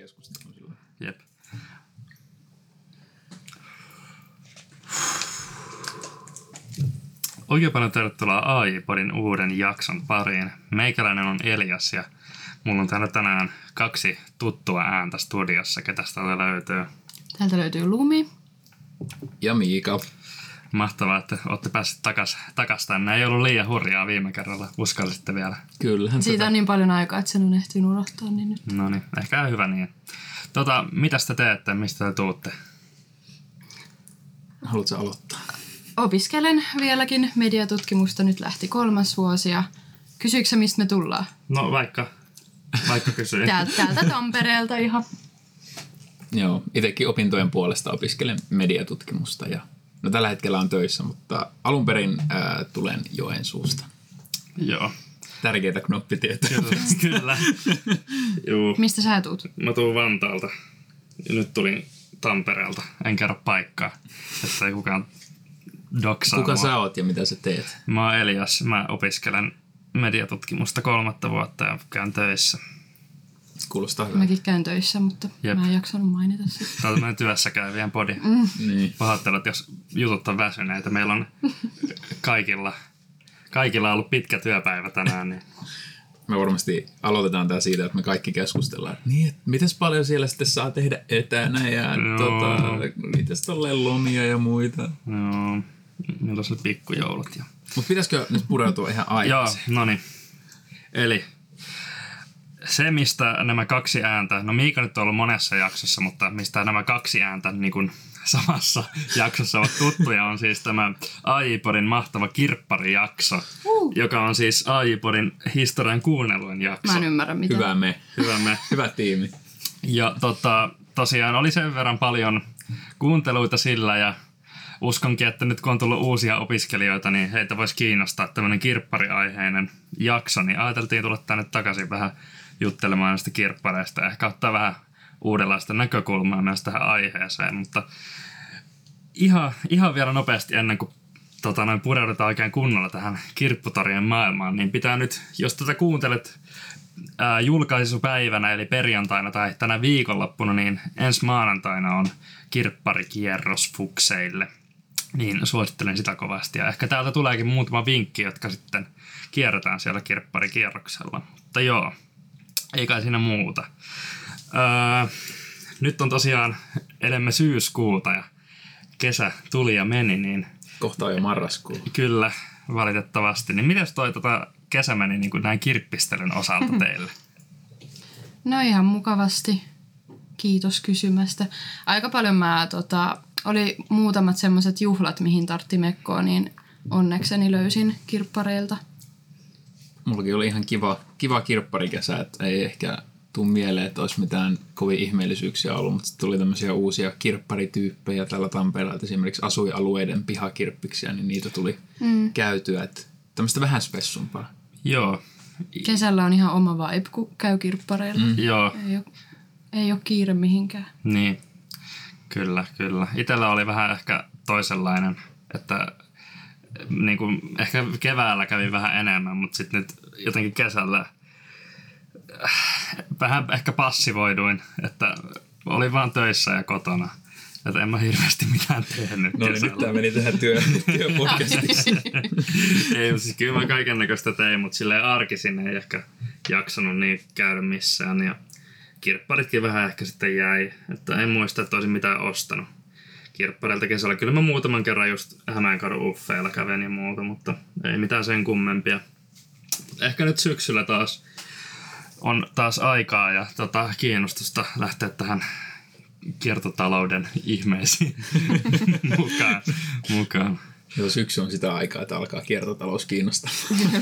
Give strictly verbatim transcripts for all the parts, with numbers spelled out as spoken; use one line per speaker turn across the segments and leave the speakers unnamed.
keskustelun silloin.
Jep. Oikein paljon tervetuloa A I-podin uuden jakson pariin. Meikäläinen on Elias ja mulla on täällä tänään kaksi tuttua ääntä studiossa. Ketäs täältä löytyy?
Täältä löytyy Lumi.
Ja Miika.
Mahtavaa, että olette päässeet takas, takas tänne. Ei ollut liian hurjaa viime kerralla. Uskallisitte vielä.
Kyllähän
Siitä
tätä...
on niin paljon aikaa, että sen on ehtinyt unohtaa. Niin nyt.
No niin, ehkä hyvä niin. Tota, mitäs te teette? Mistä te tuutte?
Haluatko aloittaa?
Opiskelen vieläkin mediatutkimusta. Nyt lähti kolmas vuosi ja kysyykö sä, mistä me tullaan?
No vaikka, vaikka kysyin.
Täältä, täältä Tampereelta ihan.
Joo, itsekin opintojen puolesta opiskelen mediatutkimusta ja no tällä hetkellä on töissä, mutta alun perin ää, tulen Joensuusta.
Joo.
Tärkeitä knoppitietoja.
Kyllä, kyllä. Juu.
Mistä sä tuut?
Mä tuun Vantaalta. Ja nyt tulin Tampereelta. En kerro paikkaa, että ei kukaan doksaa
Kuka
mua.
sä oot ja mitä sä teet?
Mä oon Elias. Mä opiskelen mediatutkimusta kolmatta vuotta ja käyn töissä.
Kuulostaa hyvältä.
Mäkin käyn töissä, mutta
Jep.
mä en jaksanut mainita sitä.
Tää on tämmönen työssä käyvien podi.
Mm.
Niin.
Pahoittelut, jos jutut on väsyneitä. Meillä on kaikilla, kaikilla on ollut pitkä työpäivä tänään. Niin.
Me varmasti aloitetaan tää siitä, että me kaikki keskustellaan. Niin, että mites paljon siellä sitten saa tehdä etänä ja
Joo.
tota, mites tolleen lomia ja muita.
Joo, meillä on pikkujoulut. Ja...
Mut pitäisikö nyt pureutua ihan aiheeseen?
Joo, no niin. Eli se, mistä nämä kaksi ääntä, no Miika nyt on ollut monessa jaksossa, mutta mistä nämä kaksi ääntä niin kuin samassa jaksossa ovat tuttuja, on siis tämä A I-podin mahtava kirpparijakso, uh. joka on siis A I-podin historian kuunneluin jakso.
Mä en ymmärrä mitä.
Hyvä me.
Hyvä me.
Hyvä tiimi.
Ja tota, tosiaan oli sen verran paljon kuunteluita sillä ja uskonkin, että nyt kun on tullut uusia opiskelijoita, niin heitä voisi kiinnostaa tämmöinen kirppariaiheinen jakso, niin ajateltiin tulla tänne takaisin vähän juttelemaan näistä kirppareista ja ehkä ottaa vähän uudenlaista näkökulmaa myös tähän aiheeseen, mutta ihan, ihan vielä nopeasti ennen kuin tota, noin pureudutaan oikein kunnolla tähän kirpputorien maailmaan, niin pitää nyt, jos tätä kuuntelet ää, julkaisupäivänä eli perjantaina tai tänä viikonloppuna, niin ensi maanantaina on kirpparikierros Fukseille. Niin suosittelen sitä kovasti. Ja ehkä täältä tuleekin muutama vinkki, jotka sitten kierretään siellä kirpparikierroksella. Mutta joo, ei kai siinä muuta. Öö, nyt on tosiaan edemme syyskuuta ja kesä tuli ja meni, niin...
Kohta on jo marraskuu.
Kyllä, valitettavasti. Niin mites toi tota kesä meni niin kuin näin kirppistelyn osalta teille?
No ihan mukavasti. Kiitos kysymästä. Aika paljon mä, tota, oli muutamat semmoiset juhlat, mihin tartti mekkoa, niin onnekseni löysin kirppareilta.
Mullakin oli ihan kiva, kiva kirpparikesä, että ei ehkä tuu mieleen, että olisi mitään kovin ihmeellisyyksiä ollut, mutta sitten tuli tämmöisiä uusia kirpparityyppejä täällä Tampereella, että esimerkiksi asuinalueiden pihakirppiksiä, niin niitä tuli mm. käytyä, että tämmöistä vähän spessumpaa.
Joo.
Kesällä on ihan oma vibe, kun käy kirppareilla. Mm.
Joo.
Ei ole, ei ole kiire mihinkään.
Niin, kyllä, kyllä. Itellä oli vähän ehkä toisenlainen, että niin kuin, ehkä keväällä kävin vähän enemmän, mutta sitten nyt jotenkin kesällä vähän ehkä passivoiduin, että olin vaan töissä ja kotona. Että en mä hirveästi mitään tehnyt
No niin, nyt tää meni tähän työ, työpodcastiksi.
Ei, siis kyllä mä kaiken näköistä tein, mutta silleen arkisin ei ehkä jaksanut niin käydä missään. Ja kirpparitkin vähän ehkä sitten jäi, että en muista, että olisin mitään ostanut kirppareilta kesällä. Kyllä mä muutaman kerran just Hämeenkadun uffeilla kävin ja muuta, mutta ei mitään sen kummempia. Ehkä nyt syksyllä taas on taas aikaa ja tota, kiinnostusta lähteä tähän kiertotalouden ihmeisiin mukaan. mukaan.
Joo, syksy on sitä aikaa, että alkaa kiertotalous kiinnostaa.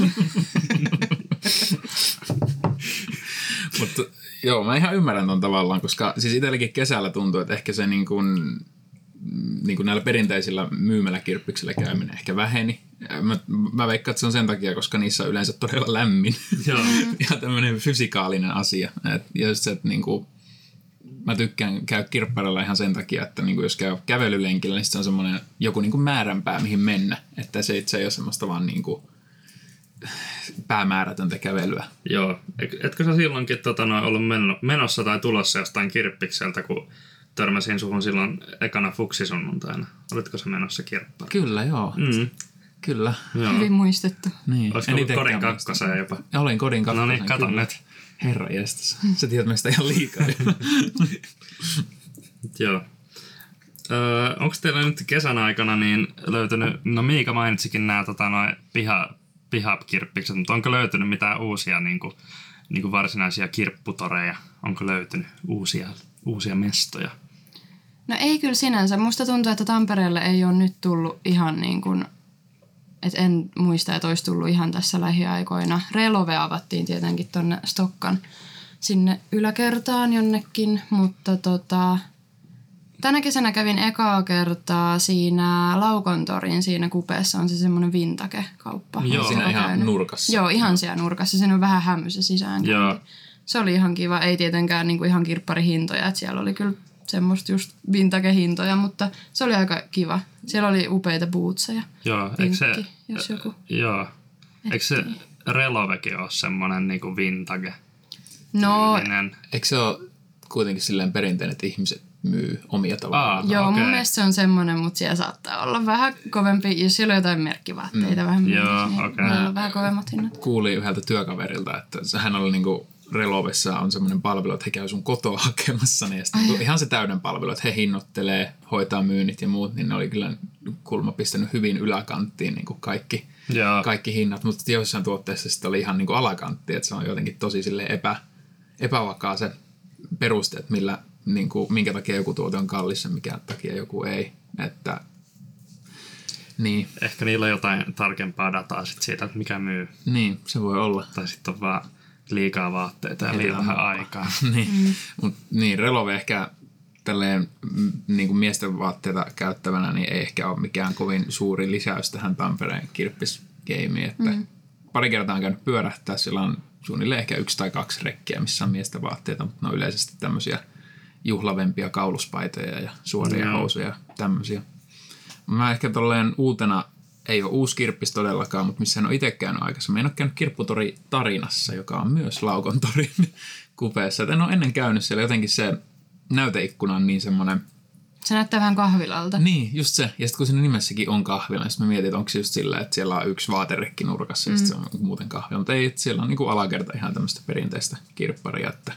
Mutta joo, mä ihan ymmärrän ton tavallaan, koska siis itselläkin kesällä tuntuu, että ehkä se niin kuin, niin kuin näillä perinteisillä myymäläkirppiksillä käyminen ehkä väheni. Mä, mä veikkaan, että se on sen takia, koska niissä on yleensä todella lämmin.
Joo.
Ja tämmöinen fysikaalinen asia. Et, ja just se, että niin kuin, mä tykkään käy kirpparilla ihan sen takia, että niin kuin jos käy kävelylenkillä, niin se on semmoinen joku niin kuin määränpää, mihin mennä. Että se, se ei ole semmoista vaan niin kuin, päämäärätöntä kävelyä.
Joo. Etkö sä silloinkin tota, noin, ollut menossa tai tulossa jostain kirppikseltä, kun törmäsin suhun silloin ekana fuksisunnuntaina? Olitko sä menossa kirppariin?
Kyllä, joo.
Mm.
Kyllä.
Joo.
Hyvin muistettu.
Niin.
Olisiko ollut kodin kakkoseen jopa?
Ja olin kodin kakkosen.
No niin, kato
kyllä.
nyt.
Herra jestas. Sä tiedät meistä ihan liikaa.
Joo. Öö, onko teillä nyt kesän aikana niin löytynyt, no Miika mainitsikin nämä tota, noi piha, pihakirppikset, mutta onko löytynyt mitään uusia niin kuin, niin kuin varsinaisia kirpputoreja? Onko löytynyt uusia, uusia mestoja?
No ei kyllä sinänsä. Musta tuntuu, että Tampereelle ei ole nyt tullut ihan niin kuin, että en muista, että olisi tullut ihan tässä lähiaikoina. Relove avattiin tietenkin tonne Stokkan sinne yläkertaan jonnekin, mutta tota, tänä kesänä kävin ekaa kertaa siinä Laukontorin siinä kupeessa on se semmoinen vintage-kauppa.
Joo,
siinä ihan
käynyt.
nurkassa.
Joo, ihan siellä nurkassa. Siinä on vähän hämmössä sisäänkäynti.
Joo.
Se oli ihan kiva. Ei tietenkään niin kuin ihan kirpparihintoja, että siellä oli kyllä semmoista just vintage-hintoja, mutta se oli aika kiva. Siellä oli upeita bootseja.
Joo, eikö se,
Vinkki, jos joku.
joo. Eikö se Relovekin ole semmoinen niinku vintage?
No,
tyylinen?
Eikö se ole kuitenkin silleen perinteinen, että ihmiset myy omia tavaroita?
joo,
okei.
mun mielestä se on semmoinen, mutta siellä saattaa olla vähän kovempi, jos siellä on jotain merkkivaatteita mm. vähän
Joo,
myynnissä, niin
okei.
voi olla vähän kovemmat hinnat.
Kuulin yhdeltä työkaverilta, että hän oli niinku Relovessa on semmoinen palvelu, että he käy sun kotoa hakemassa, niin sitten niinku ihan se täyden palvelu, että he hinnoittelee, hoitaa myynnit ja muut, niin ne oli kyllä kulma pistänyt hyvin yläkanttiin niinku kaikki,
Joo.
kaikki hinnat, mutta joissain tuotteissa sitten oli ihan niinku alakantti, että se on jotenkin tosi silleen epä, epävakaa se peruste, että millä, niinku, minkä takia joku tuote on kallis ja mikä takia joku ei, että niin,
Ehkä niillä on jotain tarkempaa dataa sit siitä, että mikä myy.
niin, se voi olla.
Tai sitten on vaan liikaa vaatteita ja liian vähän aikaa.
niin, mm. Mut, niin, Relove ehkä tälleen mm, niin kuin miesten vaatteita käyttävänä niin ei ehkä ole mikään kovin suuri lisäys tähän Tampereen kirppisgeimiin, että mm. pari kertaa on käynyt pyörähtää, sillä on suunnilleen ehkä yksi tai kaksi rekkiä, missä on miesten vaatteita, mutta ne on yleisesti tämmöisiä juhlavempia kauluspaitoja ja suoria
mm.
housuja ja tämmöisiä. Mä ehkä tolleen uutena, ei ole uusi kirppis todellakaan, mutta missä en ole itse käynyt aikaisemmin. En ole käynyt kirpputori Tarinassa, joka on myös Laukontorin kupeessa. Et en ole ennen käynyt siellä. Jotenkin se näyteikkuna on niin semmoinen.
Se näyttää vähän kahvilalta.
Niin, just se. Ja sitten kun siinä nimessäkin on kahvila, niin sitten mä mietin, että onko se just sillä, että siellä on yksi vaaterekki nurkassa mm. ja sitten se on muuten kahvila. Mutta ei, siellä on niinku alakerta ihan tämmöistä perinteistä kirpparia. Että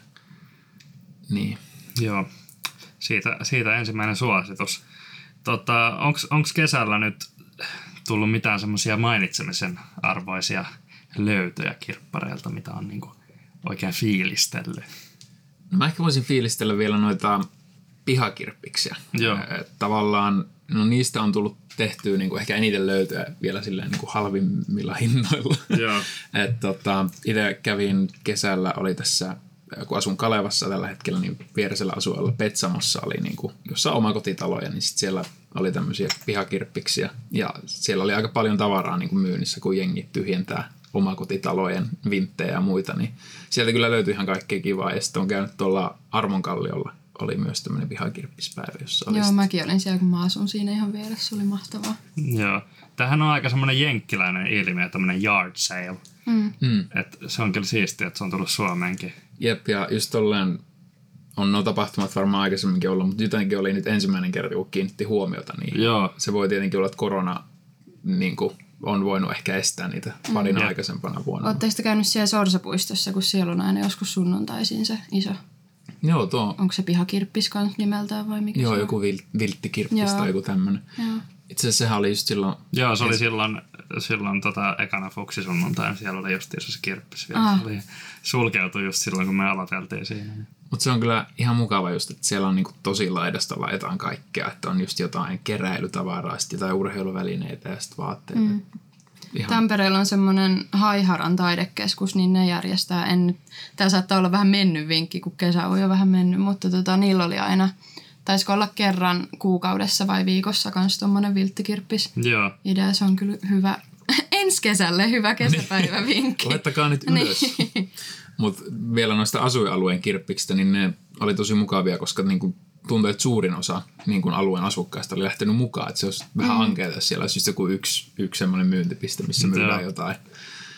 niin.
Joo, siitä, siitä ensimmäinen suositus. Tota, onko kesällä nyt tullut mitään semmoisia mainitsemisen arvoisia löytöjä kirppareilta, mitä on niinku oikein fiilistellyt?
No mä ehkä voisin fiilistellä vielä noita pihakirppiksiä.
Joo.
Et tavallaan, no niistä on tullut tehtyä niinku ehkä eniten löytöä vielä silleen niinku halvimmilla hinnoilla.
Joo.
Et tota, itse kävin kesällä, oli tässä, kun asun Kalevassa tällä hetkellä, niin vieresellä asuella Petsamossa oli niinku, jossa on omakotitaloja, niin sit siellä oli tämmöisiä pihakirppiksiä. Ja siellä oli aika paljon tavaraa niinku myynnissä, kun jengi tyhjentää omakotitalojen vinttejä ja muita, niin sieltä kyllä löytyi ihan kaikkea kivaa. Ja sitten on käynyt tuolla Armonkalliolla, oli myös tämmöinen pihakirppispäivä, jossa oli
Joo,
sit...
mäkin olin siellä, kun mä asun siinä ihan vieressä. Se oli mahtavaa.
Joo. Tämähän on aika semmoinen jenkkiläinen ilmiö, tämmöinen yard sale.
Mm.
Mm.
Et se on kyllä siistiä, että se on tullut Suomeenkin.
Jep, ja just tolleen on nuo tapahtumat varmaan aikaisemminkin ollut, mutta jotenkin oli nyt ensimmäinen kerta, kun kiinnitti huomiota, niin
Joo.
se voi tietenkin olla, että korona niin kuin, on voinut ehkä estää niitä parina mm. aikaisempana vuonna.
Oletteko te käynyt siellä Sorsapuistossa, kun siellä on aina joskus sunnuntaisin se iso?
Joo, tuo...
Onko se pihakirppis kans nimeltään vai mikä
Joo,
se on?
joku vil, vilttikirppis
Joo.
tai joku tämmöinen.
Joo.
Itse asiassa sehän oli just silloin...
Joo, se oli silloin, silloin tota, ekana fuksisunnuntaina. Siellä oli just se kirppis vielä.
Ah.
Se oli sulkeutui just silloin, kun me aloiteltiin siinä.
Mutta se on kyllä ihan mukava just, että siellä on niinku tosi laidasta laitaan kaikkea. Että on just jotain keräilytavaraa, sitten jotain urheiluvälineitä ja sitten vaatteita. Mm. Ihan...
Tampereella on semmoinen Haiharan taidekeskus, niin ne järjestää. En nyt, tää saattaa olla vähän mennyt vinkki, kun kesä on jo vähän mennyt, mutta tota, niillä oli aina, taisiko olla kerran kuukaudessa vai viikossa kans tommonen vilttikirppis.
Joo.
Idea, se on kyllä hyvä, ensi kesälle hyvä kesäpäivävinkki.
Laittakaa nyt ylös.
Niin.
Mutta vielä noista asuinalueen kirppiksistä, niin ne oli tosi mukavia, koska niinku tuntuu, että suurin osa niin kuin alueen asukkaista oli lähtenyt mukaan. Että se olisi vähän mm. ankeaa, jos siellä olisi just joku yksi, yksi semmoinen myyntipiste, missä myydään
Joo.
jotain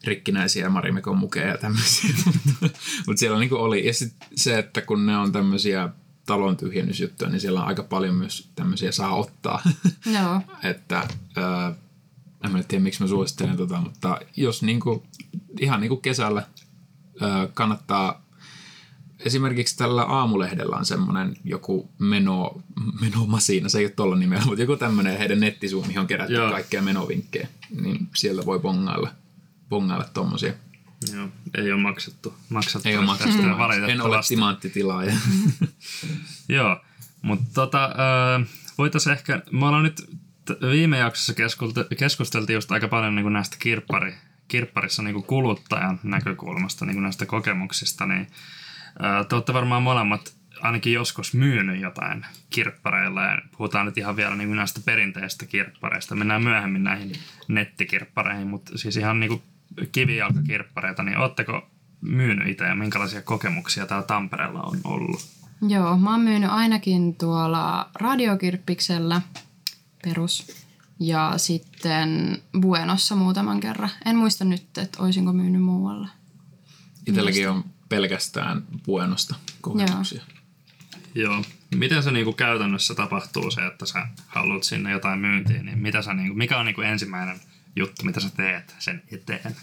rikkinäisiä Marimekon mukeja ja tämmöisiä. Mutta siellä niinku oli. Ja sitten se, että kun ne on tämmöisiä talon tyhjennysjuttuja, niin siellä on aika paljon myös tämmöisiä saa ottaa.
Joo.
Että ää, en mä tiedä, miksi mä suosittelen tota, mutta jos niinku, ihan niinku kesällä ää, kannattaa, esimerkiksi tällä Aamulehdellä on semmoinen joku meno, menomasiina, se ei ole tolla nimellä, mutta joku tämmöinen heidän nettisivu, mihin on kerätty Joo. kaikkea menovinkkejä, niin sieltä voi bongailla, bongailla tommosia.
Joo, ei ole maksettu. maksettu
ei ole maksettu. En ole timanttitilaaja.
Joo, mutta tota, voitaisiin ehkä, me ollaan nyt viime jaksossa keskusteltiin just aika paljon niin kuin näistä kirppari, kirpparissa niin kuin kuluttajan näkökulmasta, niin kuin näistä kokemuksista, niin ää, te olette varmaan molemmat ainakin joskus myynyt jotain kirppareilla ja puhutaan nyt ihan vielä niin kuin näistä perinteisistä kirppareista. Mennään myöhemmin näihin nettikirppareihin, mutta siis ihan niin kuin kivijalkakirppareita, niin ootteko myynyt itse ja minkälaisia kokemuksia täällä Tampereella on ollut?
Joo, mä oon myynyt ainakin tuolla Radiokirppiksellä perus ja sitten Buenossa muutaman kerran. En muista nyt, että olisinko myynyt muualla.
Itselläkin on pelkästään Buenosta kokemuksia.
Joo. Joo. Miten se niinku käytännössä tapahtuu se, että sä haluat sinne jotain myyntiin, niin mitä sä niinku, mikä on niinku ensimmäinen juttu, mitä sä teet sen eteen?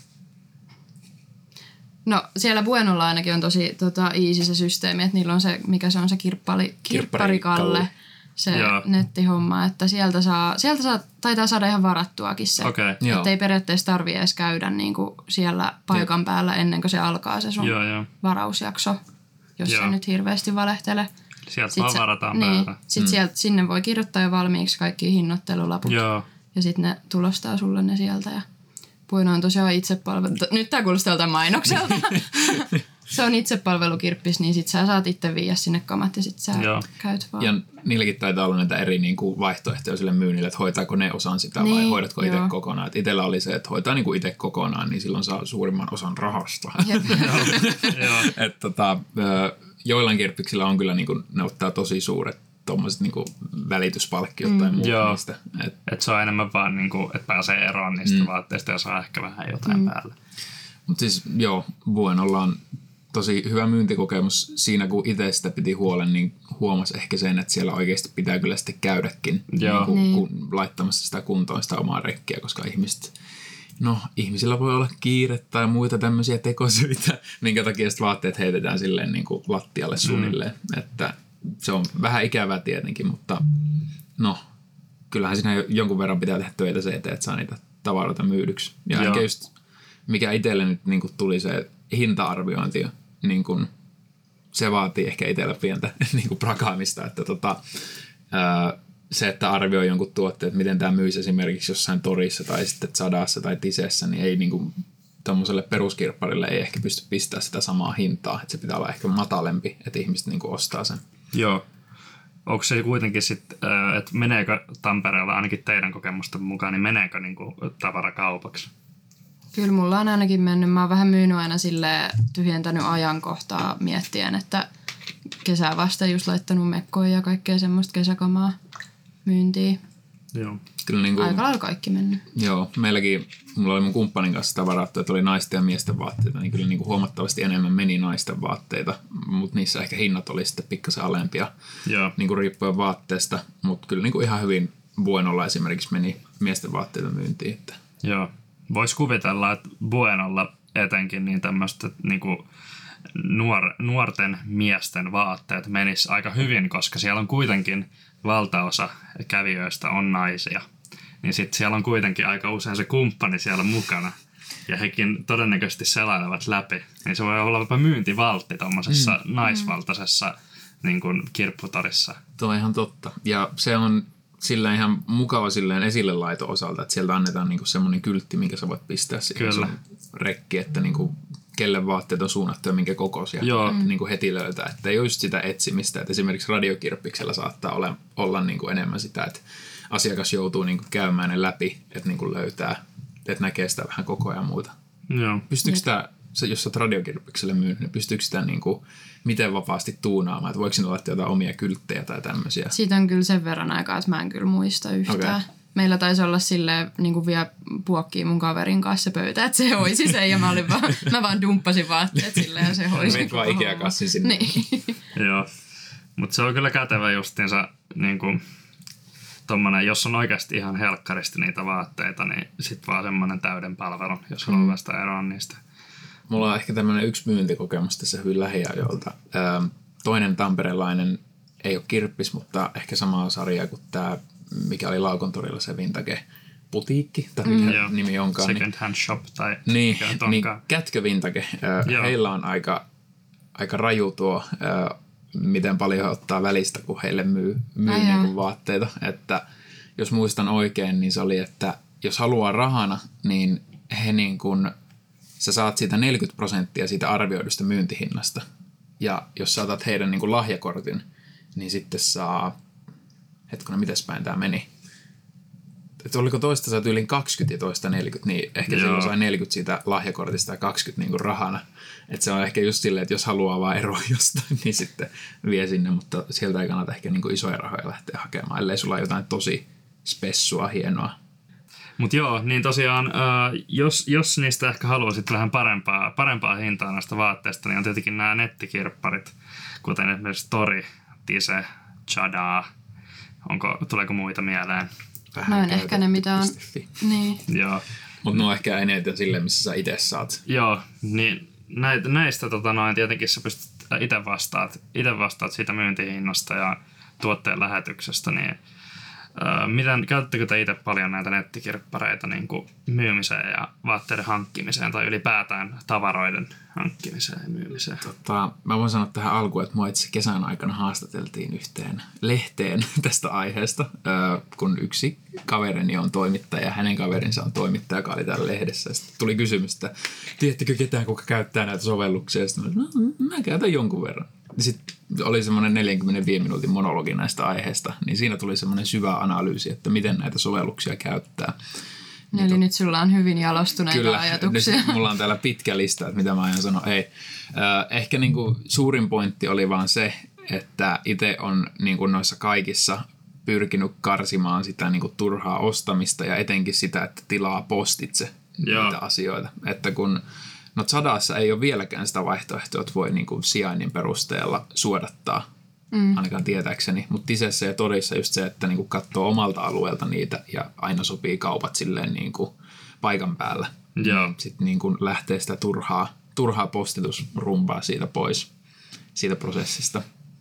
No siellä Buenolla ainakin on tosi tota, easy se systeemi, että niillä on se, mikä se on se kirppari, kirpparikalle, se Joo. nettihomma, että sieltä saa, sieltä saa, taitaa saada ihan varattuakin se.
Okay.
Että ei periaatteessa tarvitse edes käydä niin kuin siellä paikan Joo. päällä ennen kuin se alkaa se sun
Joo, jo.
varausjakso, jos
Joo.
se nyt hirveästi valehtele.
Sieltä vaan varataan
niin,
päällä.
Sitten mm. sieltä, sinne voi kirjoittaa jo valmiiksi kaikki hinnoittelulaput.
Joo.
Ja sitten ne tulostaa sulle ne sieltä. Ja Bueno on tosiaan itsepalvelu. Nyt tää kuulostaa joltain mainokselta. Se on itsepalvelukirppis, niin sit sä saat itse viiä sinne kamat ja sit sä Joo. käyt vaan.
Ja niilläkin taitaa olla näitä eri niin kuin vaihtoehtoja sille myynnille, että hoitaako ne osan sitä niin, vai hoidatko itse kokonaan. Et itellä oli se, että hoitaa niin kuin itse kokonaan, niin silloin saa suurimman osan rahasta. Et tota, joillain kirppiksillä on kyllä, niin kuin, ne ottaa tosi suuret tuommoiset niinku välityspalkkiot mm. tai muut niistä.
Et, et se on enemmän vaan, niinku, että pääsee eroon niistä mm. vaatteista ja saa ehkä vähän jotain mm. päälle.
Mutta siis joo, Buenolla on tosi hyvä myyntikokemus. Siinä kun itse sitä piti huolen, niin huomasi ehkä sen, että siellä oikeasti pitää kyllä sitten käydäkin niinku, niin. kun, laittamassa sitä kuntoon sitä omaa rekkiä, koska ihmiset, no ihmisillä voi olla kiire tai muita tämmöisiä tekosyitä, minkä takia sitten vaatteet heitetään silleen niin kuin lattialle suunnilleen, mm. että se on vähän ikävää tietenkin, mutta no, kyllähän siinä jonkun verran pitää tehdä töitä se eteen, että saa niitä tavaroita myydyksi. Ja ehkä just, mikä itselle nyt niin kuin tuli se hinta-arviointi, niin kuin, se vaatii ehkä itsellä pientä niin kuin prakaamista, että tota, ää, se, että arvioi jonkun tuotteet, miten tämä myisi esimerkiksi jossain torissa tai sitten Zadassa tai Tisessä, niin ei niin kuin tuommoiselle peruskirpparille ei ehkä pysty pistämään sitä samaa hintaa, että se pitää olla ehkä matalempi, että ihmiset niin kuin ostaa sen.
Joo. Onko se kuitenkin sitten, että meneekö Tampereella ainakin teidän kokemusten mukaan, niin meneekö niinku tavara kaupaksi?
Kyllä mulla on ainakin mennyt. Mä oon vähän myynyt aina silleen tyhjentänyt ajankohtaa miettien, että kesää vasta just laittanut mekkoja ja kaikkea semmoista kesäkamaa myyntiin.
Joo.
Kyllä niin kuin,
aika lailla kaikki mennyt.
Joo, meilläkin, mulla oli mun kumppanin kanssa sitä varattu, että oli naisten ja miesten vaatteita, niin kyllä niin kuin huomattavasti enemmän meni naisten vaatteita, mutta niissä ehkä hinnat oli sitten pikkasen alempia, niin kuin riippuen vaatteesta, mutta kyllä niin kuin ihan hyvin Buenolla esimerkiksi meni miesten vaatteita myyntiin. Että.
Joo, voisi kuvitella, että Buenolla etenkin niin tämmöistä niin kuin nuor, nuorten miesten vaatteet menis aika hyvin, koska siellä on kuitenkin valtaosa kävijöistä on naisia. Niin sitten siellä on kuitenkin aika usein se kumppani siellä mukana. Ja hekin todennäköisesti selailevat läpi. Niin se voi olla jopa myyntivaltti tuommoisessa mm. naisvaltaisessa niin kuin kirpputorissa.
Tuo on ihan totta. Ja se on sillä ihan mukava silleen esille laito osalta, että sieltä annetaan niinku semmoinen kyltti, minkä sä voit pistää siihen sun rekki, että niinku kelle vaatteet on suunnattu ja minkä kokoisia, että niinku heti löytää. Että ei ole just sitä etsimistä, että esimerkiksi radiokirppiksellä saattaa olla, olla niinku enemmän sitä, että asiakas joutuu niinku käymään ne läpi, että niinku löytää, että näkee sitä vähän koko ajan muuta.
Joo.
Pystyykö sitä, jos sä oot radiokirppikselle myynyt, niin pystyykö sitä niinku miten vapaasti tuunaamaan, että voiko sinne laittaa jotain omia kylttejä tai tämmöisiä?
Siitä on kyllä sen verran aikaa, että mä en kyllä muista yhtään. Okay. meillä taisi olla silleen niin kuin vielä puokkiin mun kaverin kanssa se pöytä, että se hoisi sen ja mä, olin vaan, mä vaan dumppasin vaatteet silleen ja se hoisi.
Menit vaan Ikea-kassin sinne.
Niin.
Joo, mutta se on kyllä kätevä justiinsa niin kuin tommonen, jos on oikeasti ihan helkkaristi niitä vaatteita, niin sit vaan semmoinen täyden palvelu, jos haluaa päästä eroon niistä.
Mulla on ehkä tämmöinen yksi myyntikokemus tässä hyvin lähiajoilta. Toinen tamperelainen ei ole kirppis, mutta ehkä samaa sarjaa kuin tämä, mikä oli Laukontorilla se Vintage Putiikki, tai mikä mm. nimi onkaan.
Second
niin,
hand shop tai
niin,
mikä
niin Kätkö Vintage. Heillä on aika, aika raju tuo, miten paljon he ottaa välistä, kun heille myy, myy niin kuin vaatteita. Että jos muistan oikein, niin se oli, että jos haluaa rahana, niin he niin kuin, sä saat siitä neljäkymmentä prosenttia siitä arvioidusta myyntihinnasta. Ja jos sä otat heidän niin kuin lahjakortin, niin sitten saa, hetkona, mitäs päin tää meni? Että oliko toista saat yli kaksikymmentä ja toista neljäkymmentä, niin ehkä Joo. silloin sai neljäkymmentä siitä lahjakortista ja kaksikymmentä niin kuin rahana. Että se on ehkä just silleen, että jos haluaa vaan eroa jostain, niin sitten vie sinne, mutta sieltä ei kannata ehkä niin kuin isoja rahoja lähteä hakemaan, ellei sulla ole jotain tosi spessua, hienoa.
Mutta joo, niin tosiaan, äh, jos, jos niistä ehkä haluaisit vähän parempaa, parempaa hintaa näistä vaatteista, niin on tietenkin nämä nettikirpparit, kuten esimerkiksi Tori, Tise, Chadaa. Onko, tuleeko muita mieleen?
Vähän
Mä en ehkä ne mitä on. Niin.
Joo.
Mutta ne on ehkä eniten silleen, missä sä itse saat.
Joo, niin näitä, näistä tota noin, tietenkin sä pystyt itse vastaat, itse vastaat siitä myyntihinnasta ja tuotteen lähetyksestä, niin Öö, miten, käytättekö te itse paljon näitä nettikirppareita niin kuin myymiseen ja vaatteiden hankkimiseen tai ylipäätään tavaroiden hankkimiseen ja myymiseen?
Tota, mä voin sanoa tähän alkuun, että mua itse kesän aikana haastateltiin yhteen lehteen tästä aiheesta, öö, kun yksi kaverini on toimittaja ja hänen kaverinsa on toimittaja, joka oli täällä lehdessä. Sitten tuli kysymys, että tiedättekö ketään, kuka käyttää näitä sovelluksia? Sitten mä, no, mä käytän jonkun verran. Sitten oli semmoinen neljänkymmenenviiden minuutin monologi näistä aiheista, niin siinä tuli semmoinen syvä analyysi, että miten näitä sovelluksia käyttää.
Eli niin, nyt sulla on hyvin jalostuneita
kyllä,
ajatuksia.
Kyllä, mulla on täällä pitkä lista, että mitä mä aion sanoa. Ei. Äh, ehkä niin kuin suurin pointti oli vaan se, että itse on niin kuin noissa kaikissa pyrkinyt karsimaan sitä niin kuin turhaa ostamista ja etenkin sitä, että tilaa postitse
Joo.
niitä asioita. Että kun no Zadassa ei ole vieläkään sitä vaihtoehtoa, että voi niin kuin sijainnin perusteella suodattaa, mm. ainakaan tietääkseni. Mutta Tisessä ja Torissa just se, että niin kuin katsoo omalta alueelta niitä ja aina sopii kaupat silleen niin kuin paikan päällä.
Joo.
Sitten niin kuin lähtee sitä turhaa, turhaa postitusrumpaa siitä pois, siitä prosessista.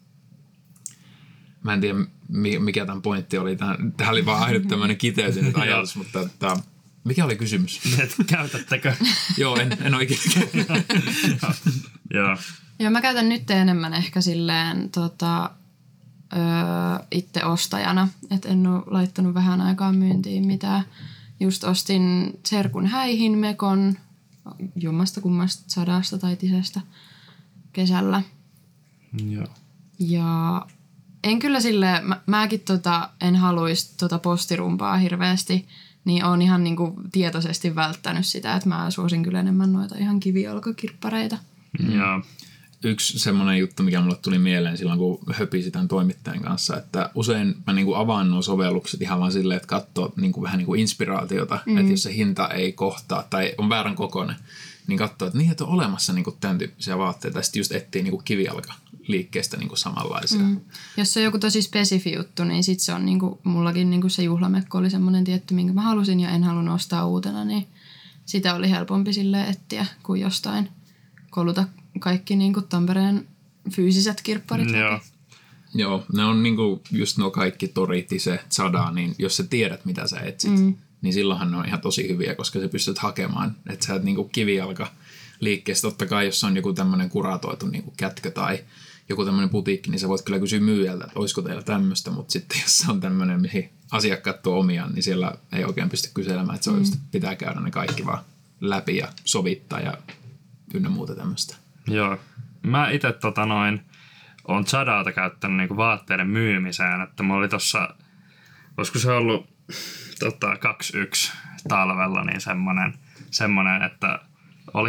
Mä en tiedä, mikä tämän pointti oli. Tämä oli vaan ainut tämmöinen kiteytynyt ajatus, mutta tämä... Mikä oli kysymys?
Et käytättekö?
Joo, en, en oikein käytä.
Joo.
Joo, mä käytän nyt enemmän ehkä silleen tota, öö, itse ostajana. Että en ole laittanut vähän aikaa myyntiin mitään. Just ostin serkun häihin mekon jommasta kummasta Zadasta tai Tisestä kesällä.
Joo.
Ja en kyllä silleen, mä, mäkin tota, en haluaisi tota postirumpaa hirveästi. Niin on ihan niinku tietoisesti välttänyt sitä, että mä suosin kyllä enemmän noita ihan kivijalkakirppareita.
Mm. Ja.
Yksi semmoinen juttu, mikä mulle tuli mieleen silloin, kun höpisin tämän toimittajan kanssa, että usein mä niinku avaan nuo sovellukset ihan vaan silleen, että katsoo niinku vähän niinku inspiraatiota, mm. että jos se hinta ei kohtaa tai on väärän kokoinen, niin katsoo, että niin, että on olemassa niinku tämän tyyppisiä vaatteita ja sitten just etsii niinku kivijalka liikkeestä niinku samanlaisia. Mm.
Jos se on joku tosi spesifi juttu, niin sit se on niinku, mullakin niinku se juhlamekko oli semmoinen tietty, minkä mä halusin ja en halunnut ostaa uutena, niin sitä oli helpompi silleen etsiä kuin jostain koluta kaikki niinku Tampereen fyysiset kirpparit.
Mm, joo.
Joo, ne on niinku just nuo kaikki Tori, Tise, Zada, niin jos sä tiedät mitä sä etsit, mm. niin silloinhan ne on ihan tosi hyviä, koska sä pystyt hakemaan, että sä et niinku kivijalka liikkeestä. Totta kai, jos on joku tämmöinen kuratoitu niinku kätkö tai joku tämmöinen putiikki, niin sä voit kyllä kysyä myyjältä, että olisiko teillä tämmöistä, mutta sitten jos se on tämmöinen, mihin asiakkaat tuo omiaan, niin siellä ei oikein pysty kyselemään, että se on just, pitää käydä ne kaikki vaan läpi ja sovittaa ja ynnä muuta tämmöistä.
Joo. Mä itse tota noin, on Zadata käyttänyt niinku vaatteiden myymiseen, että mulla oli tossa, olisiko se ollut tota, kaksi yksi talvella, niin semmonen, semmonen, että oli,